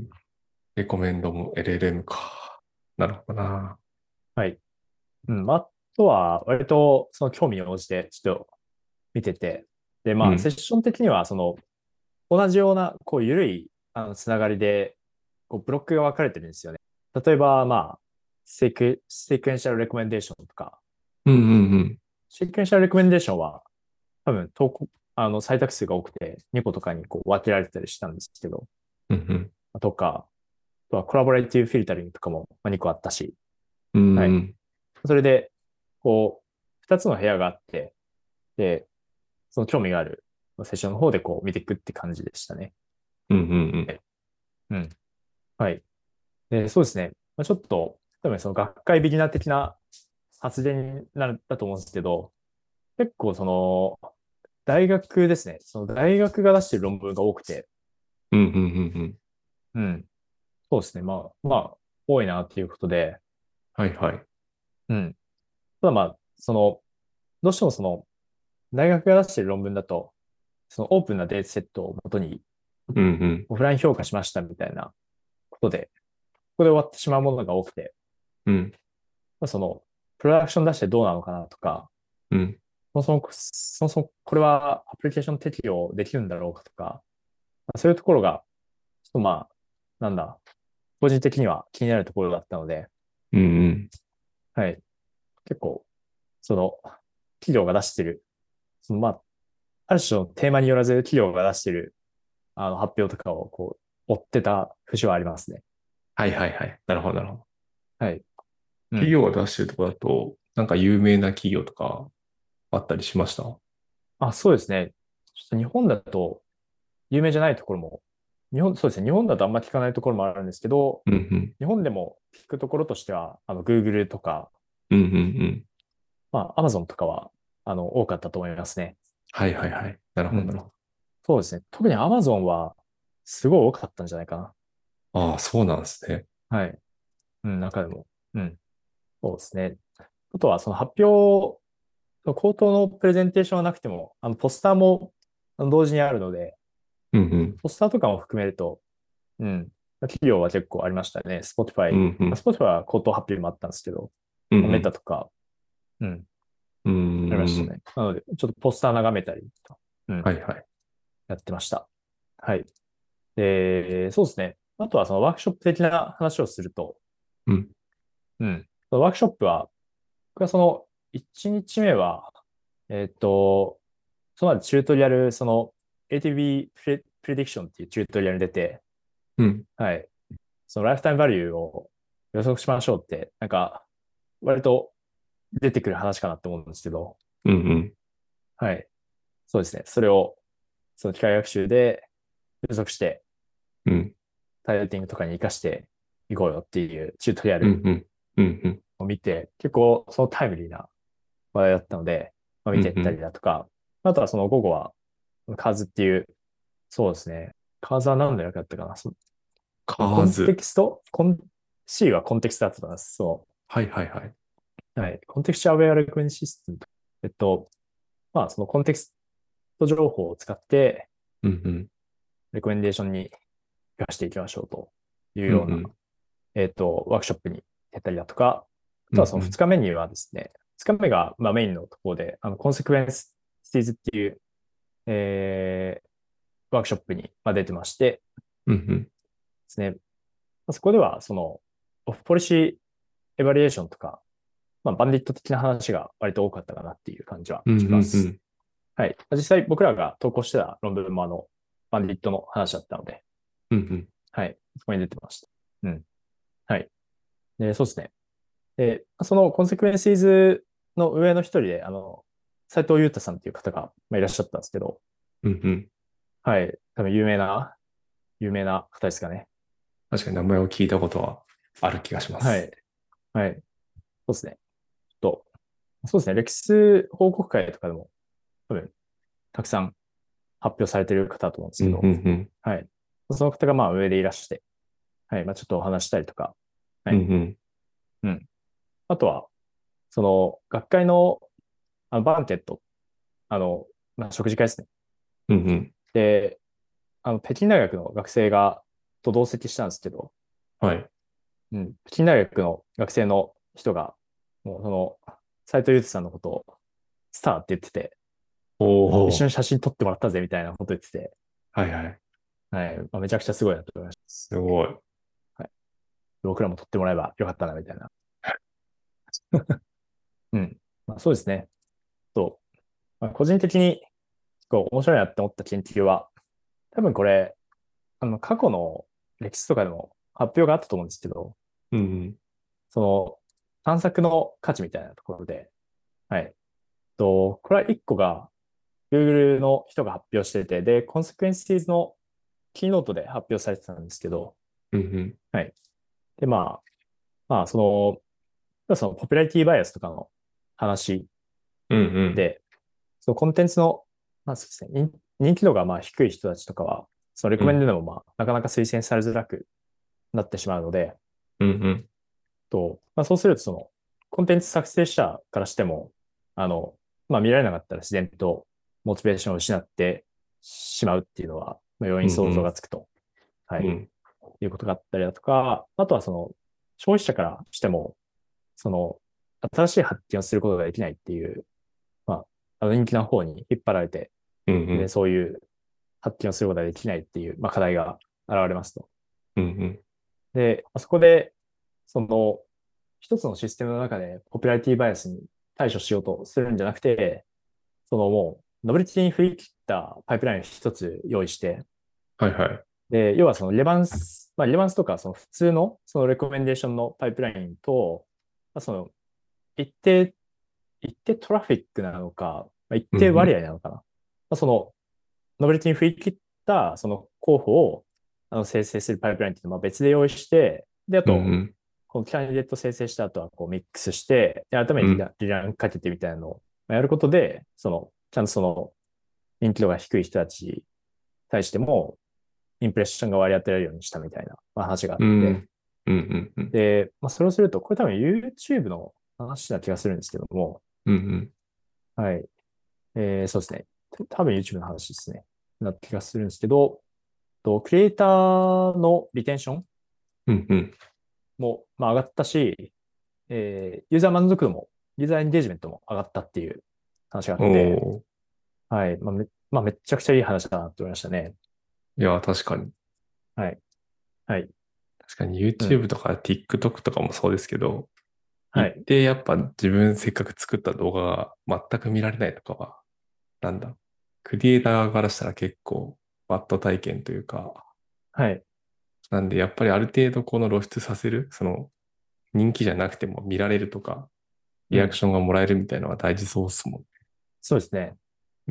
レコメンドも エルエルエム か。なるほどな。 はい。うん。まああとは、割とその興味に応じて、ちょっと見てて、で、まあ、セッうん、 ション的には、その、同じような、こう、緩い、あの、つながりで、こう、ブロックが分かれてるんですよね。例えば、まあ、セク、セクエンシャルレコメンデーションとか、 うん、うん、うん。 シークエンシャルレコメンデーションは、多分投稿、 あの、採択数が多くて、にことかにこう分けられてたりしたんですけど、 うんとか、あとはコラボレーティブフィルタリングとかもまあにこあったし、 うん。うはい。 ん。 それで、こう、ふたつの部屋があって、で、その興味があるセッションの方でこう見ていくって感じでしたね。 うんうんうん。 うん。はい。で、そうですね。まあ、ちょっと、多分その学会ビギナー的な発言になるだと思うんですけど、結構その、大学ですね。その大学が出してる論文が多くて、 うんうんうんうん。 うん。そうですね。まあ、まあ、多いなっていうことで、 はいはい。 うん。ただまあ、その、どうしてもその、大学が出してる論文だと、そのオープンなデータセットをもとにうんうん。 オフライン評価しましたみたいなことで、ここで終わってしまうものが多くて、 うん。 まあ、その、プロダクション出してどうなのかなとか、 うん。 そもそも、そもそもこれはアプリケーション適用できるんだろうかとか、まあそういうところが、ちょっとまあ、なんだ、個人的には気になるところだったので、 うんうん。 はい。結構、その、企業が出してる、そのまあ、ある種のテーマによらず企業が出してる、あの、発表とかをこう、追ってた節はありますね。 はいはいはい。なるほどなるほど。 はい。うん。 企業が出してるところだと、なんか有名な企業とかあったりしました？ あ、そうですね。ちょっと日本だと有名じゃないところも、日本、そうですね。日本だとあんま聞かないところもあるんですけど、 うんうん。 日本でも聞くところとしては、あの、Google とか、 うんうんうん。 まあ、Amazon とかは、あの、多かったと思いますね。 はいはいはい。なるうん。 ほどなるほそうですね。特に Amazon は、すごい多かったんじゃないかど。ああ、そうなんですね。 な。はい。うん、中でも。うん。そうですね。あとは、その発表、口頭のプレゼンテーションはなくても、あの、ポスターもあの同時にあるので、 うんうん。 ポスターとかも含めると、うん。企業は結構ありましたね。 う Spotify。 んうん。 Spotify は口頭発表もあったんですけど、メタうんとか、うん、 うん。 ありまうーん。 したね。なので、ちょっとポスター眺めたりとか、うん、 はいはい。 やってました。はい。で、そうですね。あとはそのワークショップ的な話をすると、 うん。 うん。ワークショップは、僕はそのいちにちめは、えっと、そのまでチュートリアル、その エーティービー プレプレディクションっていうチュートリアルに出て、 うん。 はい。そのライフタイムバリューを予測しましょうって、なんか、割と出てくる話かなって思うんですけど、 うんうん。 はい。そうですね。それを、その機械学習で予測して、 うん。 タイピングとかに活かしていこうよっていうチュートリアルうんうん。うんうん。 を見て、結構そのタイムリーな話題だったので、まあ、見ていったりうんうん。 だとか、あとはその午後は、カーズっていう、そうですね。カーズは何の役だったかな。そコンテカーズ。 キストコン、C はコンテキストだったんです。そはいはいはい。 う。はい。コンテキストアウェアレコメンシステム。えっと、まあ、そのコンテキスト情報を使って、 うんうん。 レコメンデーションに活かしていきましょうというような、 うんうん。 えっと、ワークショップに出たりだとか、あとはその2 うんうん。 日目にはですね、ふつかめが、まあ、メインのところで、あの、コンセクエンスティーズっていう、えー、ワークショップに、まあ、出てましてでうんうん。 すね、まあそこでは、その、オフポリシーエバリエーションとか、まあ、バンディット的な話が割と多かったかなっていう感じはうんうします。 んうん。 はい。実際僕らが投稿してた論文もあの、バンディットの話だったので、 うんうん。 はい。そこに出てました。うん。はい。で、そうですね。で、そのコンセクエンシーズの上の一人で、あの、斉藤裕太さんっていう方が、まあ、いらっしゃったんですけど、 うんうん。 はい。多分有名な、有名な方ですかね。 確かに名前を聞いたことはある気がします。 はい。はい。そうですね。ちょっと、そうですね。歴史報告会とかでも、多分、たくさん発表されている方だと思うんですうんうんけど、 うん。 はい。その方がまあ上でいらして、はい。まあちょっとお話したりとか、はい。 うんうん。 うん。あとは、その、学会の、あの、バンケット、あの、まあ、食事会ですね。 うんうん。 で、あの、北京大学の学生が、と同席したんですけど、 はい。 うん。北京大学の学生の人が、もうその、斉藤裕二さんのことを、スターって言ってて、 おお。 一緒に写真撮ってもらったぜみたいなこと言ってて、 はいはい。 はい。まあ、めちゃくちゃすごいなと思いましすごい。 た。はい。僕らも撮ってもらえばよかったな、みたいな。うん。まあ、そうですね。と、まあ、個人的にこう面白いなって思った研究は、多分これ、あの、過去の歴史とかでも発表があったと思うんですけど、 うん。 その、探索の価値みたいなところで、はい。と、これは一個が Google の人が発表してて、で、コンセクエンシーズのキーノートで発表されてたんですけど、 うん。 はい。で、まあ、まあ、その、そのポピュラリティバイアスとかの話うん。うん。 で、そのコンテンツの、まあそうですね、人人気度がまあ低い人たちとかは、そのレコメンドでもまあ、なかなか推薦されづらくなってしまうので、 うん。うん。 と、まあそうするとその、コンテンツ作成者からしても、あの、まあ見られなかったら自然とモチベーションを失ってしまうっていうのは、まあ容易に想像がつくと、はい、 うん。 いうことがあったりだとか、あとはその、消費者からしても、その、新しい発見をすることができないっていう、まあ、あの人気の方に引っ張られて、 うん。うで、 ん。 そういう発見をすることができないっていう、まあ、課題が現れますと。 うん。 で、あそこで、その、一つのシステムの中でポピュラリティバイアスに対処しようとするんじゃなくて、そのもう、ノベルティに振り切ったパイプラインを一つ用意して、 はいはい。 で、要はそのレバンス、まあ、レバンスとかその普通のそのレコメンデーションのパイプラインと、まあ、その一定、一定トラフィックなのか、まあ、一定割うん。 合なのかな。まあ、そのノベルティに振り切ったその候補をあの生成するパイプラインっていうのは別で用意して、で、あうん。うと、 ん。 このキャンディデット生成した後はこうミックスして、で、改めてリうん。 ラリランかけてみたいなのをやることで、その、ちゃんとその人気度が低い人たちに対しても、インプレッションが割り当てられるようにしたみたいな、まあ、話があって、 うん。うん。うん。 で、まあ、それをすると、これ多分 YouTube の話な気がするんですけども、 うん。 はい。えー、そうですね。多分 YouTube の話ですね。な気がするんですけど、と、クリエイターのリテンションうん。うん。 も、まあ、上がったし、えー、ユーザー満足度も、ユーザーエンゲージメントも上がったっていう話があって、 おー。 はい。まあ、め、まあ、めちゃくちゃいい話だなと思いましたね。 いや、確かに。 はい。はい。 確かにうん。 YouTube とか TikTok とかもそうですけど、一はい。 定やっぱ自分せっかく作った動画が全く見られないとかは、なんだ、クリエイター側からしたら結構バッド体験というか、 はい。 なんでやっぱりある程度この露出させる、その人気じゃなくても見られるとか、 うん。 リアクションがもらえるみたいなのは大事そうですもん。 そうですね。 うん。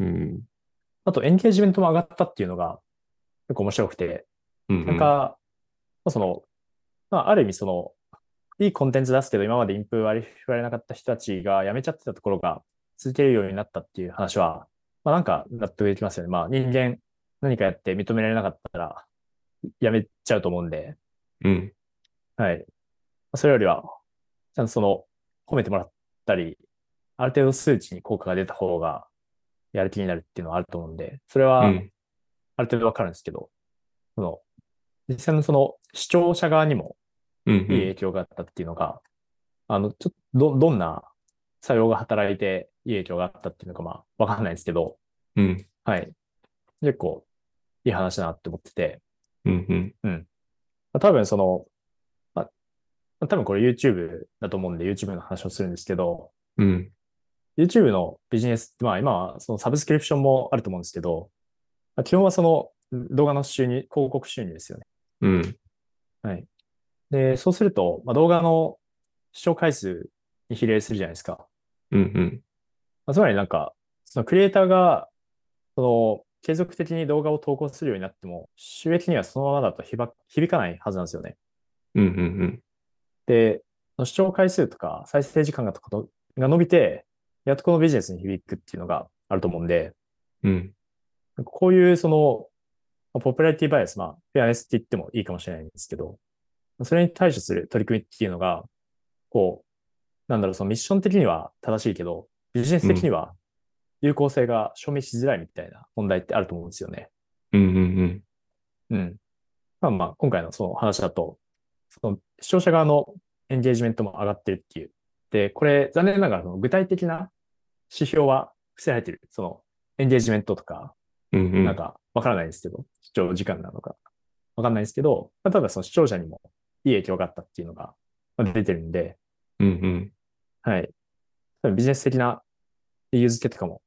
あと、エンゲージメントも上がったっていうのが結構面白くて、 うんうん。 なんか、まあその、まあ、ある意味その、いいコンテンツ出すけど、今までインプ割り振られなかった人たちが辞めちゃってたところが続けるようになったっていう話は、まあなんか納得できますよね。まあ人間何かやって認められなかったら辞めちゃうと思うんで、 うん。 はい。それよりは、ちゃんとその、褒めてもらったり、ある程度数値に効果が出た方がやる気になるっていうのはあると思うんで、それはうん。 ある程度わかるんですけど、その、実際のその視聴者側にもうんういいん。 影響があったっていうのが、あの、ちょっと、ど、どんな作用が働いていい影響があったっていうのか、まあ、わかんないですけど、 うん。 はい。結構いい話だなって思ってて、 うんうん。 うん。多分その、まあ、多分これ YouTube だと思うんで YouTube の話をするんですけど、 うん。 YouTube のビジネスって、まあ今はそのサブスクリプションもあると思うんですけど、まあ基本はその動画の収入、広告収入ですよね。 うん。 はい。で、そうすると、まあ、動画の視聴回数に比例するじゃないですか。 うん。 まあ、つまりなんか、そのクリエイターが、その、継続的に動画を投稿するようになっても、収益にはそのままだと響響かないはずなんですよね。 うんうんうん。 で、その視聴回数とか再生時間がとかとが伸びて、やっとこのビジネスに響くっていうのがあると思うんで、 うん。 こういうその、まあポピュラリティバイアス、まあ、フェアネスって言ってもいいかもしれないんですけど、それに対処する取り組みっていうのが、こう、なんだろう、そのミッション的には正しいけど、ビジネスうん。 的には有効性が証明しづらいみたいな問題ってあると思うんですよね。 うんうんうん。 うん。まあまあ、今回のその話だと、その視聴者側のエンゲージメントも上がってるっていう。で、これ、残念ながらその具体的な指標は伏せられてる。その、エンゲージメントとか、 うんうん。 なんか、わからないんですけど、視聴時間なのか、わかんないですけど、まあ、ただその視聴者にもいい影響があったっていうのがまあ出てるんで、 うんうん。 はい。多分ビジネス的な理由付けとかも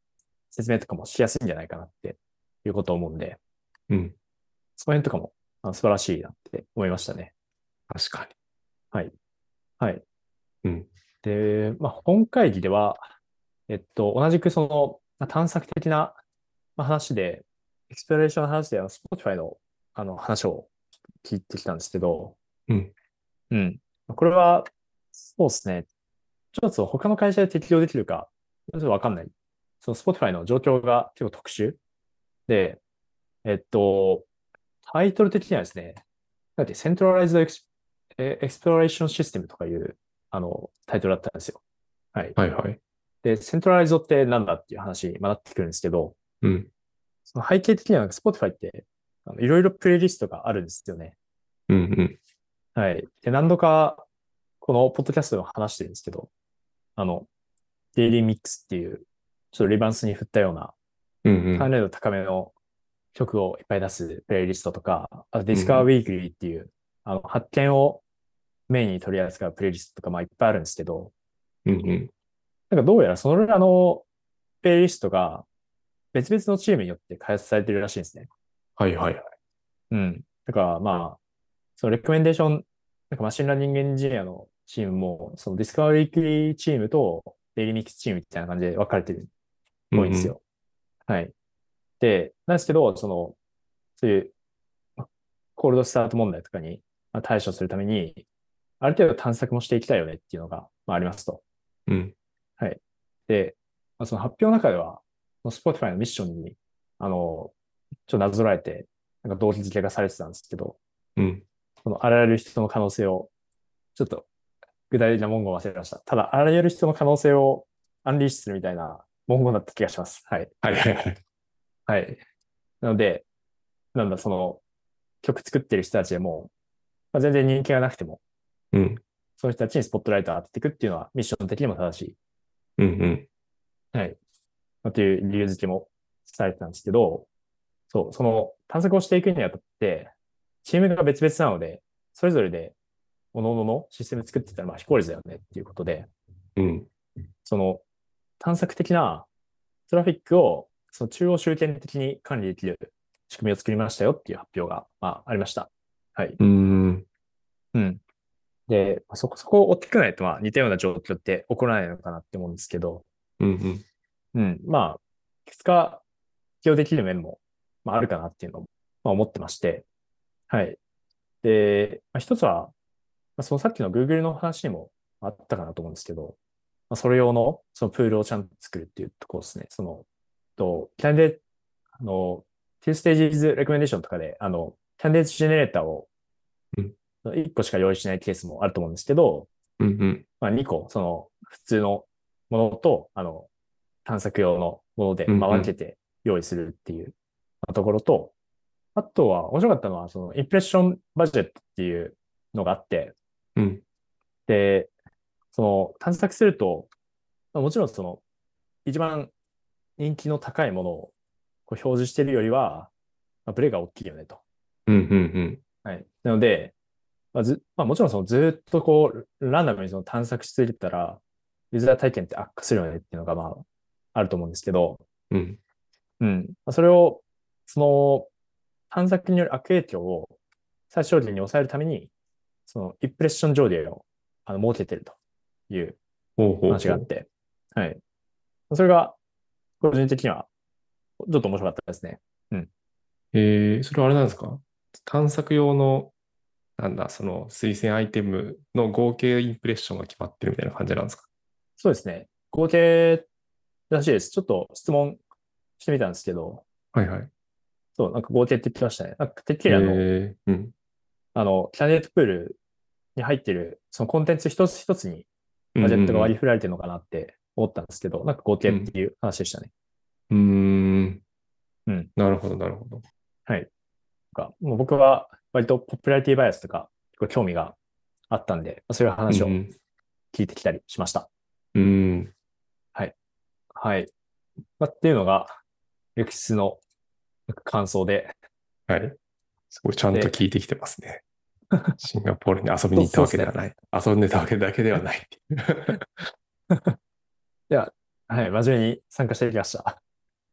説明とかもしやすいんじゃないかなっていうことを思うんで、 うん。 その辺とかもあの素晴らしいなって思いましたね。 確かはい。はい。 に。うん。 で、まあ、本会議では、えっと、同じくその、まあ探索的なまあ話で、エクスプロレーションの話で、あの、Spotify の、あの、話を聞いてきたんですけど、 うん。 うん。これは、そうですね。ちょっと他の会社で適用できるか、ちょっとわかんない。その Spotify の状況が結構特殊で、えっと、タイトル的にはですね、だってセントラライズドエクス、エクスプロレーションシステムとかいう、あの、タイトルだったんですよ。はい。 はいはい。 で、セントラライズドってなんだっていう話になってくるんですけど、 うん。 その背景的には Spotify って、あのいろいろプレイリストがあるんですよね。 うんうん。 はい。で、何度か、このポッドキャストでも話してるんですけど、あの、デイリーミックスっていう、ちょっとリバンスに振ったような、 うんうん。 完成度高めの曲をいっぱい出すプレイリストとか、あとディスカうんうん。 バーウィークリーっていう、あの、発見をメインに取り扱うプレイリストとか、まあいっぱいあるんですけど、 うんうん。 なんかどうやらそのらのプレイリストが別々のチームによって開発されてるらしいんですね。 はいはいはい。 うん。だからまあ、そのレコメンデーション、なんかマシンラーニングエンジニアのチームも、そのディスカバリークリーチームとデイリーミックスチームみたいな感じで分かれてるっうんうん。 ぽいんですよ。はい。で、なんですけど、その、そういうコールドスタート問題とかに対処するために、ある程度探索もしていきたいよねっていうのが、まあ、ありますと。 うん。 はい。で、まあ、その発表の中では、Spotify のミッションに、あの、ちょっとなぞらえて、なんか動機づけがされてたんですけど、 うん。 そのあらゆる人の可能性を、ちょっと具体的な文言を忘れました。ただ、あらゆる人の可能性をアンリッシュするみたいな文言だった気がします。はい。 はいはいはい。 はい。なので、なんだ、その曲作ってる人たちでも、まあ、全然人気がなくても、 うん。 その人たちにスポットライトを当てていくっていうのはミッション的にも正しい。 うんうん。 はい。まあという理由付けもされてたんですけど、そう、その探索をしていくにあたって、チームが別々なので、それぞれで各々のシステム作ってたらまあ非効率だよねっていうことで、 うん。 その探索的なトラフィックをその中央集権的に管理できる仕組みを作りましたよっていう発表が、まあ、ありました。はい。 うーん。 うん。で、そこそこ大きくないとまあ似たような状況って起こらないのかなって思うんですけど、 うんうん。 うん。まあ、いくつか適用できる面も、まあ、あるかなっていうのを、まあ、思ってまして、はい。で、まあ、一つは、まあ、そのさっきの Google の話にもあったかなと思うんですけど、まあ、それ用のそのプールをちゃんと作るっていうところですね。その、と、キャンディデーあの、Two Stages Recommendation とかで、あの、キャンディデートジェネレーターをうん。 いっこしか用意しないケースもあると思うんですけど、 うんうん。 まあ、にこ、その、普通のものと、あの、探索用のもので、まあ、 うんうん。 分けて用意するっていうところと、あとは、面白かったのは、その、インプレッションバジェットっていうのがあって、 うん。 で、その、探索すると、まあもちろんその、一番人気の高いものをこう表示しているよりは、まあ、ブレが大きいよねと。 うんうんうん。 はい。なので、まあ、ず、まあ、もちろんそのずっとこう、ランダムにその探索し続けたら、ユーザー体験って悪化するよねっていうのがまあ、あると思うんですけど、 うん。 うん。まあ、それを、その、探索による悪影響を最小限に抑えるために、その、インプレッション上限を、あの、設けてるというほうほうほ話があって、はい。それが、個人的には、ちょっと面白かったですね。うん。 う。えー、それはあれなんですか？探索用の、なんだ、その推薦アイテムの合計インプレッションが決まってるみたいな感じなんですか？ そうですね。合計らしいです。ちょっと質問してみたんですけど、 はいはい。 そう、なんか合計って言ってましたね。なんかてっきりあの、 えー、うん。 あの、キャンディデートプールに入ってる、そのコンテンツ一つ一つにうんバジェットが割りうん振られてるのかなって思ったんですけど、なんか合計っうん。 ていう話でしたね。 うん。うーん。 うん。 なるほど、なるほど。 はい。なんかもう僕は割とポピュラリティバイアスとか結構興味があったんで、そういう話をうん聞いてきたりしました。 うん。うん。 はい。はい。まあ、っていうのが、歴史の感想で、 はい。すごいちゃんとで、 聞いてきてますね。シンガポールに遊びそう、 に行ったわそうですね。 けではない。遊んでたわけだけではないっていう。 では、はい、真面目に参加していきました。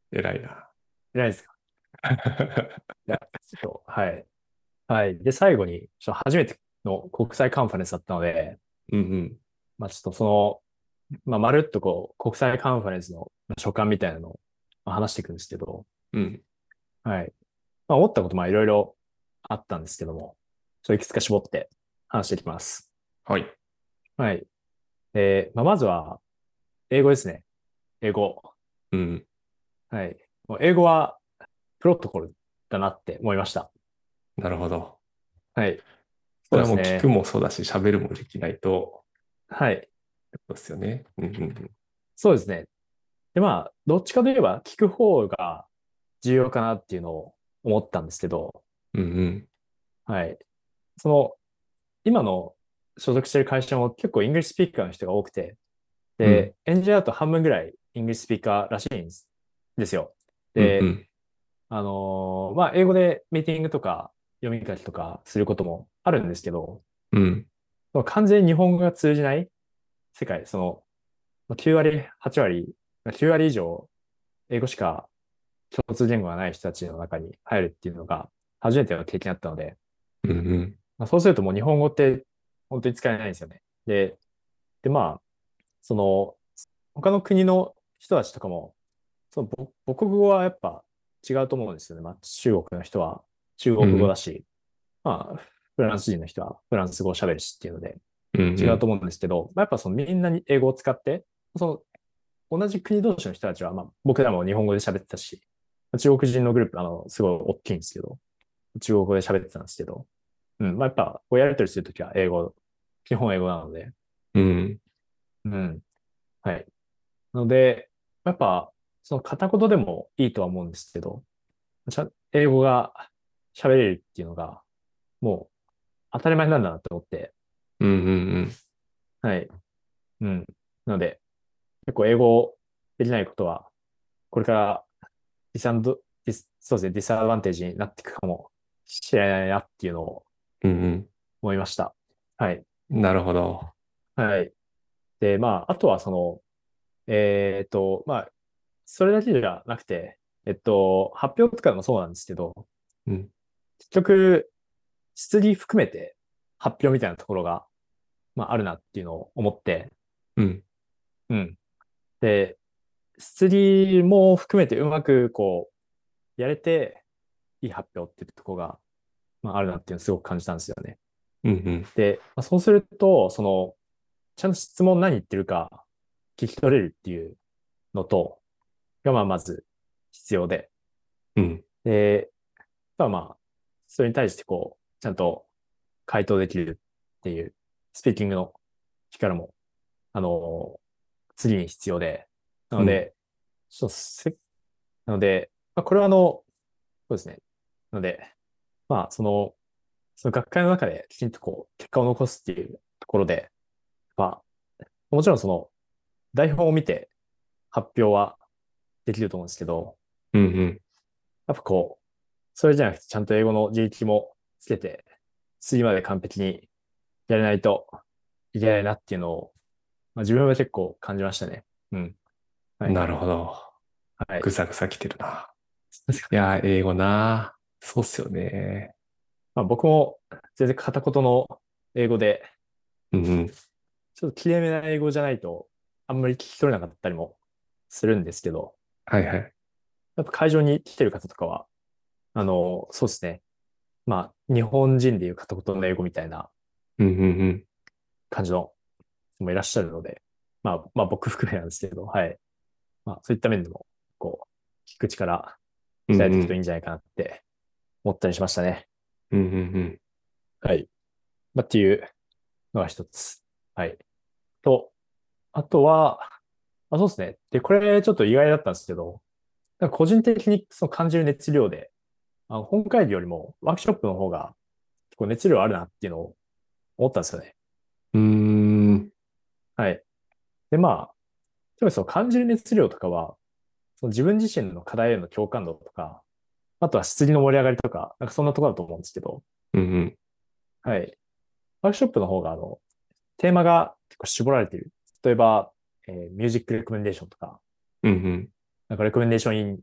偉いな。 偉いですか？いや、ちょっと、はい。はい。で、最後に、ちょっと初めての国際カンファレンスだったので、 うんうん。 まあちょっとその、まあまるっとこう、国際カンファレンスの所感みたいなのをまあ話していくんですけど、 うん。 はい。まあ思ったことまあいろいろあったんですけども、ちょっといくつか絞って話していきます。 はい。 はい。えーまあまずは、英語ですね。英語。 うん。 はい。もう英語はプロトコルだなって思いました。 なるほど。 はい。そうそれはもう聞くですね。 もそうだし、喋るもできないと、 はい。 そうですよね。うんうんそうですね。で、まあ、どっちかといえば聞く方が重要かなっていうのを思ったんですけど、 うん。うんうん。 はい。その、今の所属してる会社も結構イングリッシュスピーカーの人が多くて、 うん。 で、エンジニアだと半分ぐらいイングリッシュスピーカーらしいんですですよ。で、 うんうん。 あのーまあ、英語でミーティングとか読み書きとかすることもあるんですけど、 うん。 完全に日本語が通じない世界、その、まあきゅう割、はち割、まあきゅう割以上英語しか共通言語がない人たちの中に入るっていうのが初めての経験だったので、 うんうん。 まあ、そうするともう日本語って本当に使えないんですよね。で、で、まあ、その、他の国の人たちとかも、その母母国語はやっぱ違うと思うんですよね。まあ、中国の人は中国語だし、まあ、フランス人の人はフランス語を喋るしっていうのでうんうん。 違うと思うんですけど、まあ、やっぱそのみんなに英語を使って、その同じ国同士の人たちは、まあ、僕らも日本語で喋ってたし、中国人のグループ、あの、すごい大きいんですけど、中国語で喋ってたんですけど、うん、まあ、やっぱ、こうやりとりするときは英語、基本英語なので、 うん。 うん、はい。なので、やっぱ、その片言でもいいとは思うんですけど、ちゃ英語が喋れるっていうのが、もう当たり前なんだなって思って、 うんうんうん。 はい。うん。なので、結構英語できないことは、これからディサンド、ディス、そうですね、ディスアドバンテージになっていくかもしれないなっていうのをうん思いました。はい。 うん。なるほど。 はい。で、まあ、あとはその、えっと、まあ、それだけじゃなくて、えっと、発表とかでもそうなんですけど、 うん。 結局、質疑含めて発表みたいなところが、まあ、あるなっていうのを思って、 うん。 うん。で、質疑も含めてうまくこう、やれて、いい発表っていうところが、まあ、あるなっていうのをすごく感じたんですよね。 うんうん。 で、まあ、そうすると、その、ちゃんと質問何言ってるか聞き取れるっていうのと、がまあまず必要で、 うん。 で、まあまあ、それに対してこう、ちゃんと回答できるっていう、スピーキングの力も、あの、次に必要で、なうん。 ので、ちょっとせ、なので、まあ、これはあの、そうですね。なので、まあ、その、その学会の中できちんとこう、結果を残すっていうところで、まあ、もちろんその、台本を見て発表はできると思うんですけど、 うんうん。 やっぱこう、それじゃなくてちゃんと英語の自力もつけて、次まで完璧にやれないといけないなっていうのを、まあ、自分は結構感じましたね。うん。はい。 なるほど。 はい。 ぐさぐさ来てるな。いやー、英語な。そうっすよね。 まあ、僕も全然片言の英語で、 うんうん。 ちょっと綺麗めな英語じゃないと、あんまり聞き取れなかったりもするんですけど、 はいはい。 やっぱ会場に来てる方とかは、あの、そうですね。まあ、日本人でいう片言の英語みたいなうんうんうん。 感じの人もいらっしゃるので、まあ、まあ僕含めなんですけど、はい。まあ、そういった面でも、こう、聞く力うん鍛えていくというん。 いんじゃないかなって思ったりしましたね。 うんうんうん。 はい。まあ、っていうのが一つ。はい。と、あとは、あ、そうですね。で、これちょっと意外だったんですけど、なんか個人的にその感じる熱量で、あの本会議よりもワークショップの方が結構熱量あるなっていうのを思ったんですよね。 うーん。 はい。で、まあ、特にその感じる熱量とかは、その自分自身の課題への共感度とか、あとは質疑の盛り上がりとか、なんかそんなところだと思うんですけど、 うんうん。 はい。ワークショップの方が、あの、テーマが結構絞られている。例えば、えーミュージックレコメンデーションとか、 うんうん。 なんかレコメンデーションイン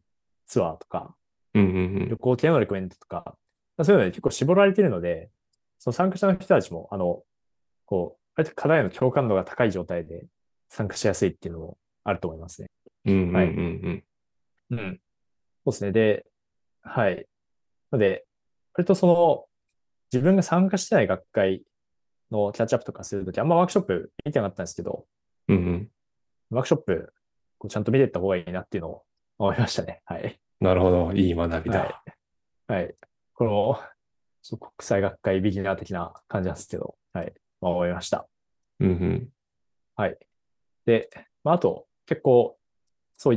ツアーとか、 うんうん旅行系のレコメンドとか、そういうので結構絞られているので、その参加者の人たちも、あの、こう、割と課題への共感度が高い状態で参加しやすいっていうのもあると思いますね。 うん。うんうんはい。 うんうん。そうですね。で、はい。ので、割とその、自分が参加してない学会のキャッチアップとかするとき、あんまワークショップ見てなかったんですけど、 うん。うんうん。 ワークショップ、こうちゃんと見ていった方がいいなっていうのを思いましたね。はい。 なるほど。いい学びはい。 だ。 はい。この、そう国際学会ビギナー的な感じなんですけど、はい。まあ、思いました。 うんうん。 はい。で、まあ、あと、結構、そういった、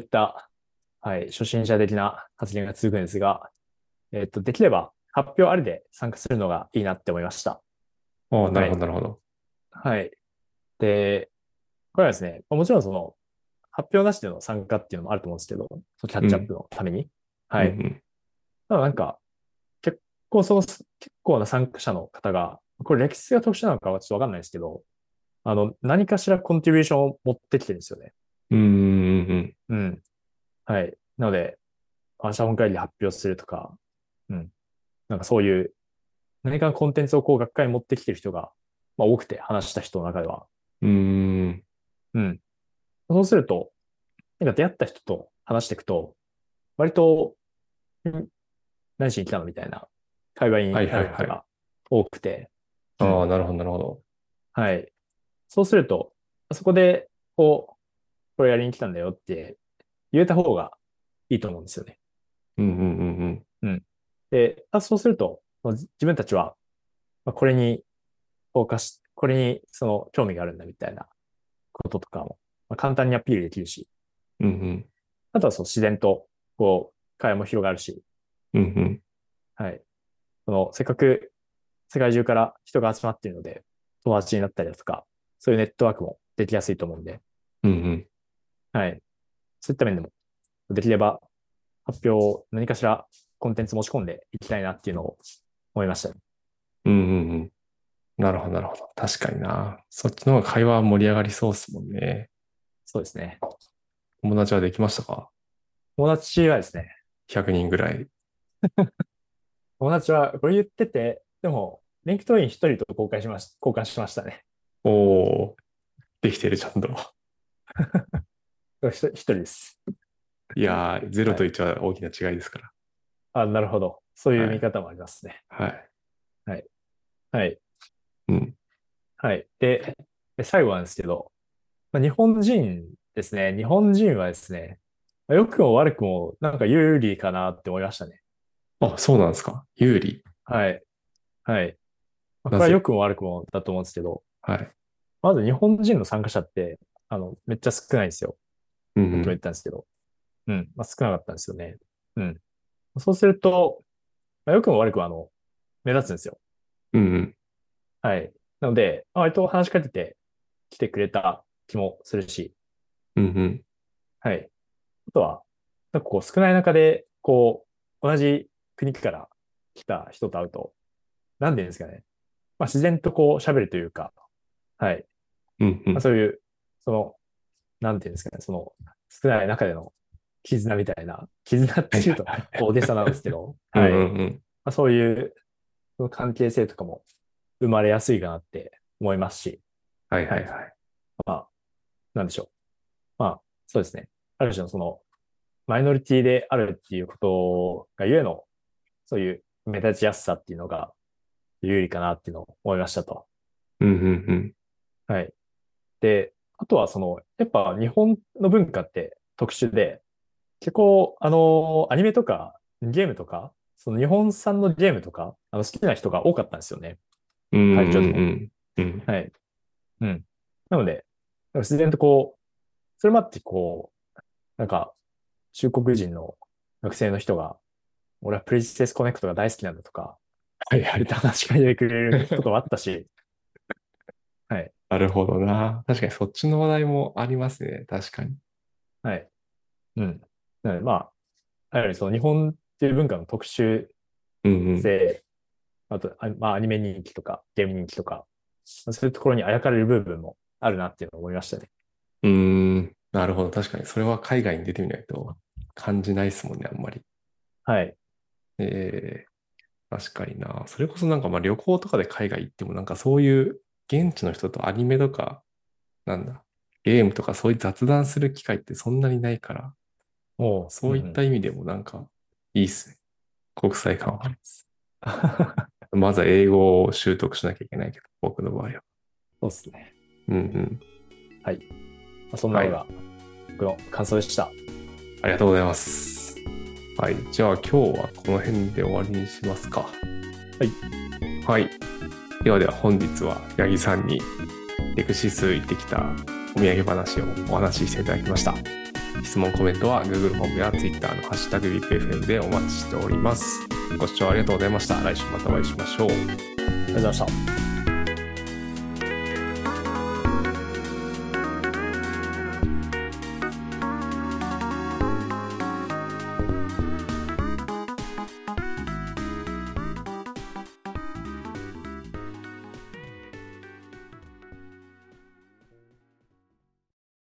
はい、初心者的な発言が続くんですが、えっと、できれば発表ありで参加するのがいいなって思いました。 おー、なるほど、 はい。 なるほど。 はい。で、これはですね、もちろんその、発表なしでの参加っていうのもあると思うんですけど、そのキャッうん。 チアップのために。はい。 うんうん。 ただなんか、結構その、結構な参加者の方が、これ歴史が特殊なのかはちょっとわかんないですけど、あの、何かしらコントリビューションを持ってきてるんですよね。 うんうんうん。 うん。はい。なので、アシャ本会議で発表するとか、うん。なんかそういう何かのコンテンツをこう学会に持ってきてる人が、まあ多くて話した人の中では。 うん。ううん。そうすると、なんか出会った人と話していくと、割と、ん何しに来たのみたいな会話はいになはいはい。 ることが多くて、うん。 ああ、なるほど、なるほど。 はい。そうすると、そこで、こう、これやりに来たんだよって言えた方がいいと思うんですよね。 うんうんうんうん。 うん。で、あそうすると、まあ自分たちは、まあ、これにフォーカス、これにその興味があるんだみたいなこととかも、まあ、簡単にアピールできるし、 うんうん。 あとはそう自然と、こう、会話も広がるし、 うんうん。 はい。その、せっかく世界中から人が集まっているので、友達になったりだとか、そういうネットワークもできやすいと思うんで、 うんうん。 はい。そういった面でも、できれば発表を何かしらコンテンツ持ち込んでいきたいなっていうのを思いましたね。 うんうんうん。なるほど、なるほど。確かにな。そっちの方が会話盛り上がりそうですもんね。 そうですね。 友達はできましたか？ 友達はですね、 ひゃく 人ぐらい。 友達はこれ言ってて、でも、リンクトイン一人と交換しまし、交換しましたね。 おー、できてる、ちゃんと。 一人一人です。 いやー、ゼロとはい。 いちは大きな違いですかあ、なるほど。そうら。 いうはい。 見方もありますね。 はい。 はい。はい。 うん。 はい。で、で最後なんですけど、まあ、日本人ですね。日本人はですね、まあ良くも悪くもなんか有利かなって思いましたね。 あ、そうなんですか。有利。 はい。はい。まあ、これは良なぜ？ くも悪くもだと思うんですけど、 はい。 まず日本人の参加者って、あの、めっちゃ少ないんですよ。さっきも言っうんたんですけど。うん。まあ、少なかったんですよね。うん。そうすると、まあ、良くも悪くもあの、目立つんですよ。 うん。うんうん。 はい。なので、まあ割と話しかけて来てくれた気もするし、 うんうん。 はい。あとは、なんかこう少ない中で、こう、同じ国から来た人と会うと、なんていうんですかね。まあ自然とこう喋るというか、はい。まあ、 うんうん。 そういう、その、なんていうんですかね、その、少ない中での絆みたいな、絆っはいはいていうと大げさなんですけど、 うんはい。 うんうん。 まあ、そういうその関係性とかも生まれやすいかなって思いますし、 はいははい。 いはい。 まあ、なんでしょう。まあ、そうですね。ある種のその、マイノリティであるっていうことがゆえの、そういう目立ちやすさっていうのが有利かなっていうのを思いましたと。 うんうんうん。 はい。で、あとはその、やっぱ日本の文化って特殊で、結構、あの、アニメとかゲームとか、その日本産のゲームとか、あの、好きな人が多かったんですよね。 うんう会場でも。 んうん。うん。 はい。うん。なので、なんか自然とこう、それもあってこう、なんか、中国人の学生の人が、俺はプリンセスコネクトが大好きなんだとか、 はいはい。 言って話しかけてくれることもあったし、はい。 なるほどな。確かにそっちの話題もありますね。確かに。 はい。うん。なので、まあ、やはりその日本っていう文化の特殊うん性、あと、あまあ、アニメ人気とか、ゲーム人気とか、そういうところにあやかれる部分もあるなっていうのを思いましたね。 うん。うーん。なるほど。確かにそれは海外に出てみないと感じないですもんね、あんまり。 はい。 えー、確かにな。それこそなんかまあ旅行とかで海外行ってもなんかそういう現地の人とアニメとか、なんだ、ゲームとかそういう雑談する機会ってそんなにないから、 おう。 そういった意味でもなんかいいっすね。国際感はあります。 うん、 まずは英語を習得しなきゃいけないけど、僕の場合は。 そうですね。 うんうん。 はい。まあそんなのが僕の感想でした。 ありがとうございます。はい。じゃあ今日はこの辺で終わりにしますか。 はい。 はい。ではでは本日は八木さんにレクシス行ってきたお土産話をお話ししていただきました。質問、コメントは Google ホームや Twitter のハッシュタグ ビーピーエフエム でお待ちしております。ご視聴ありがとうございました。来週またお会いしましょう。 ありがとうございました。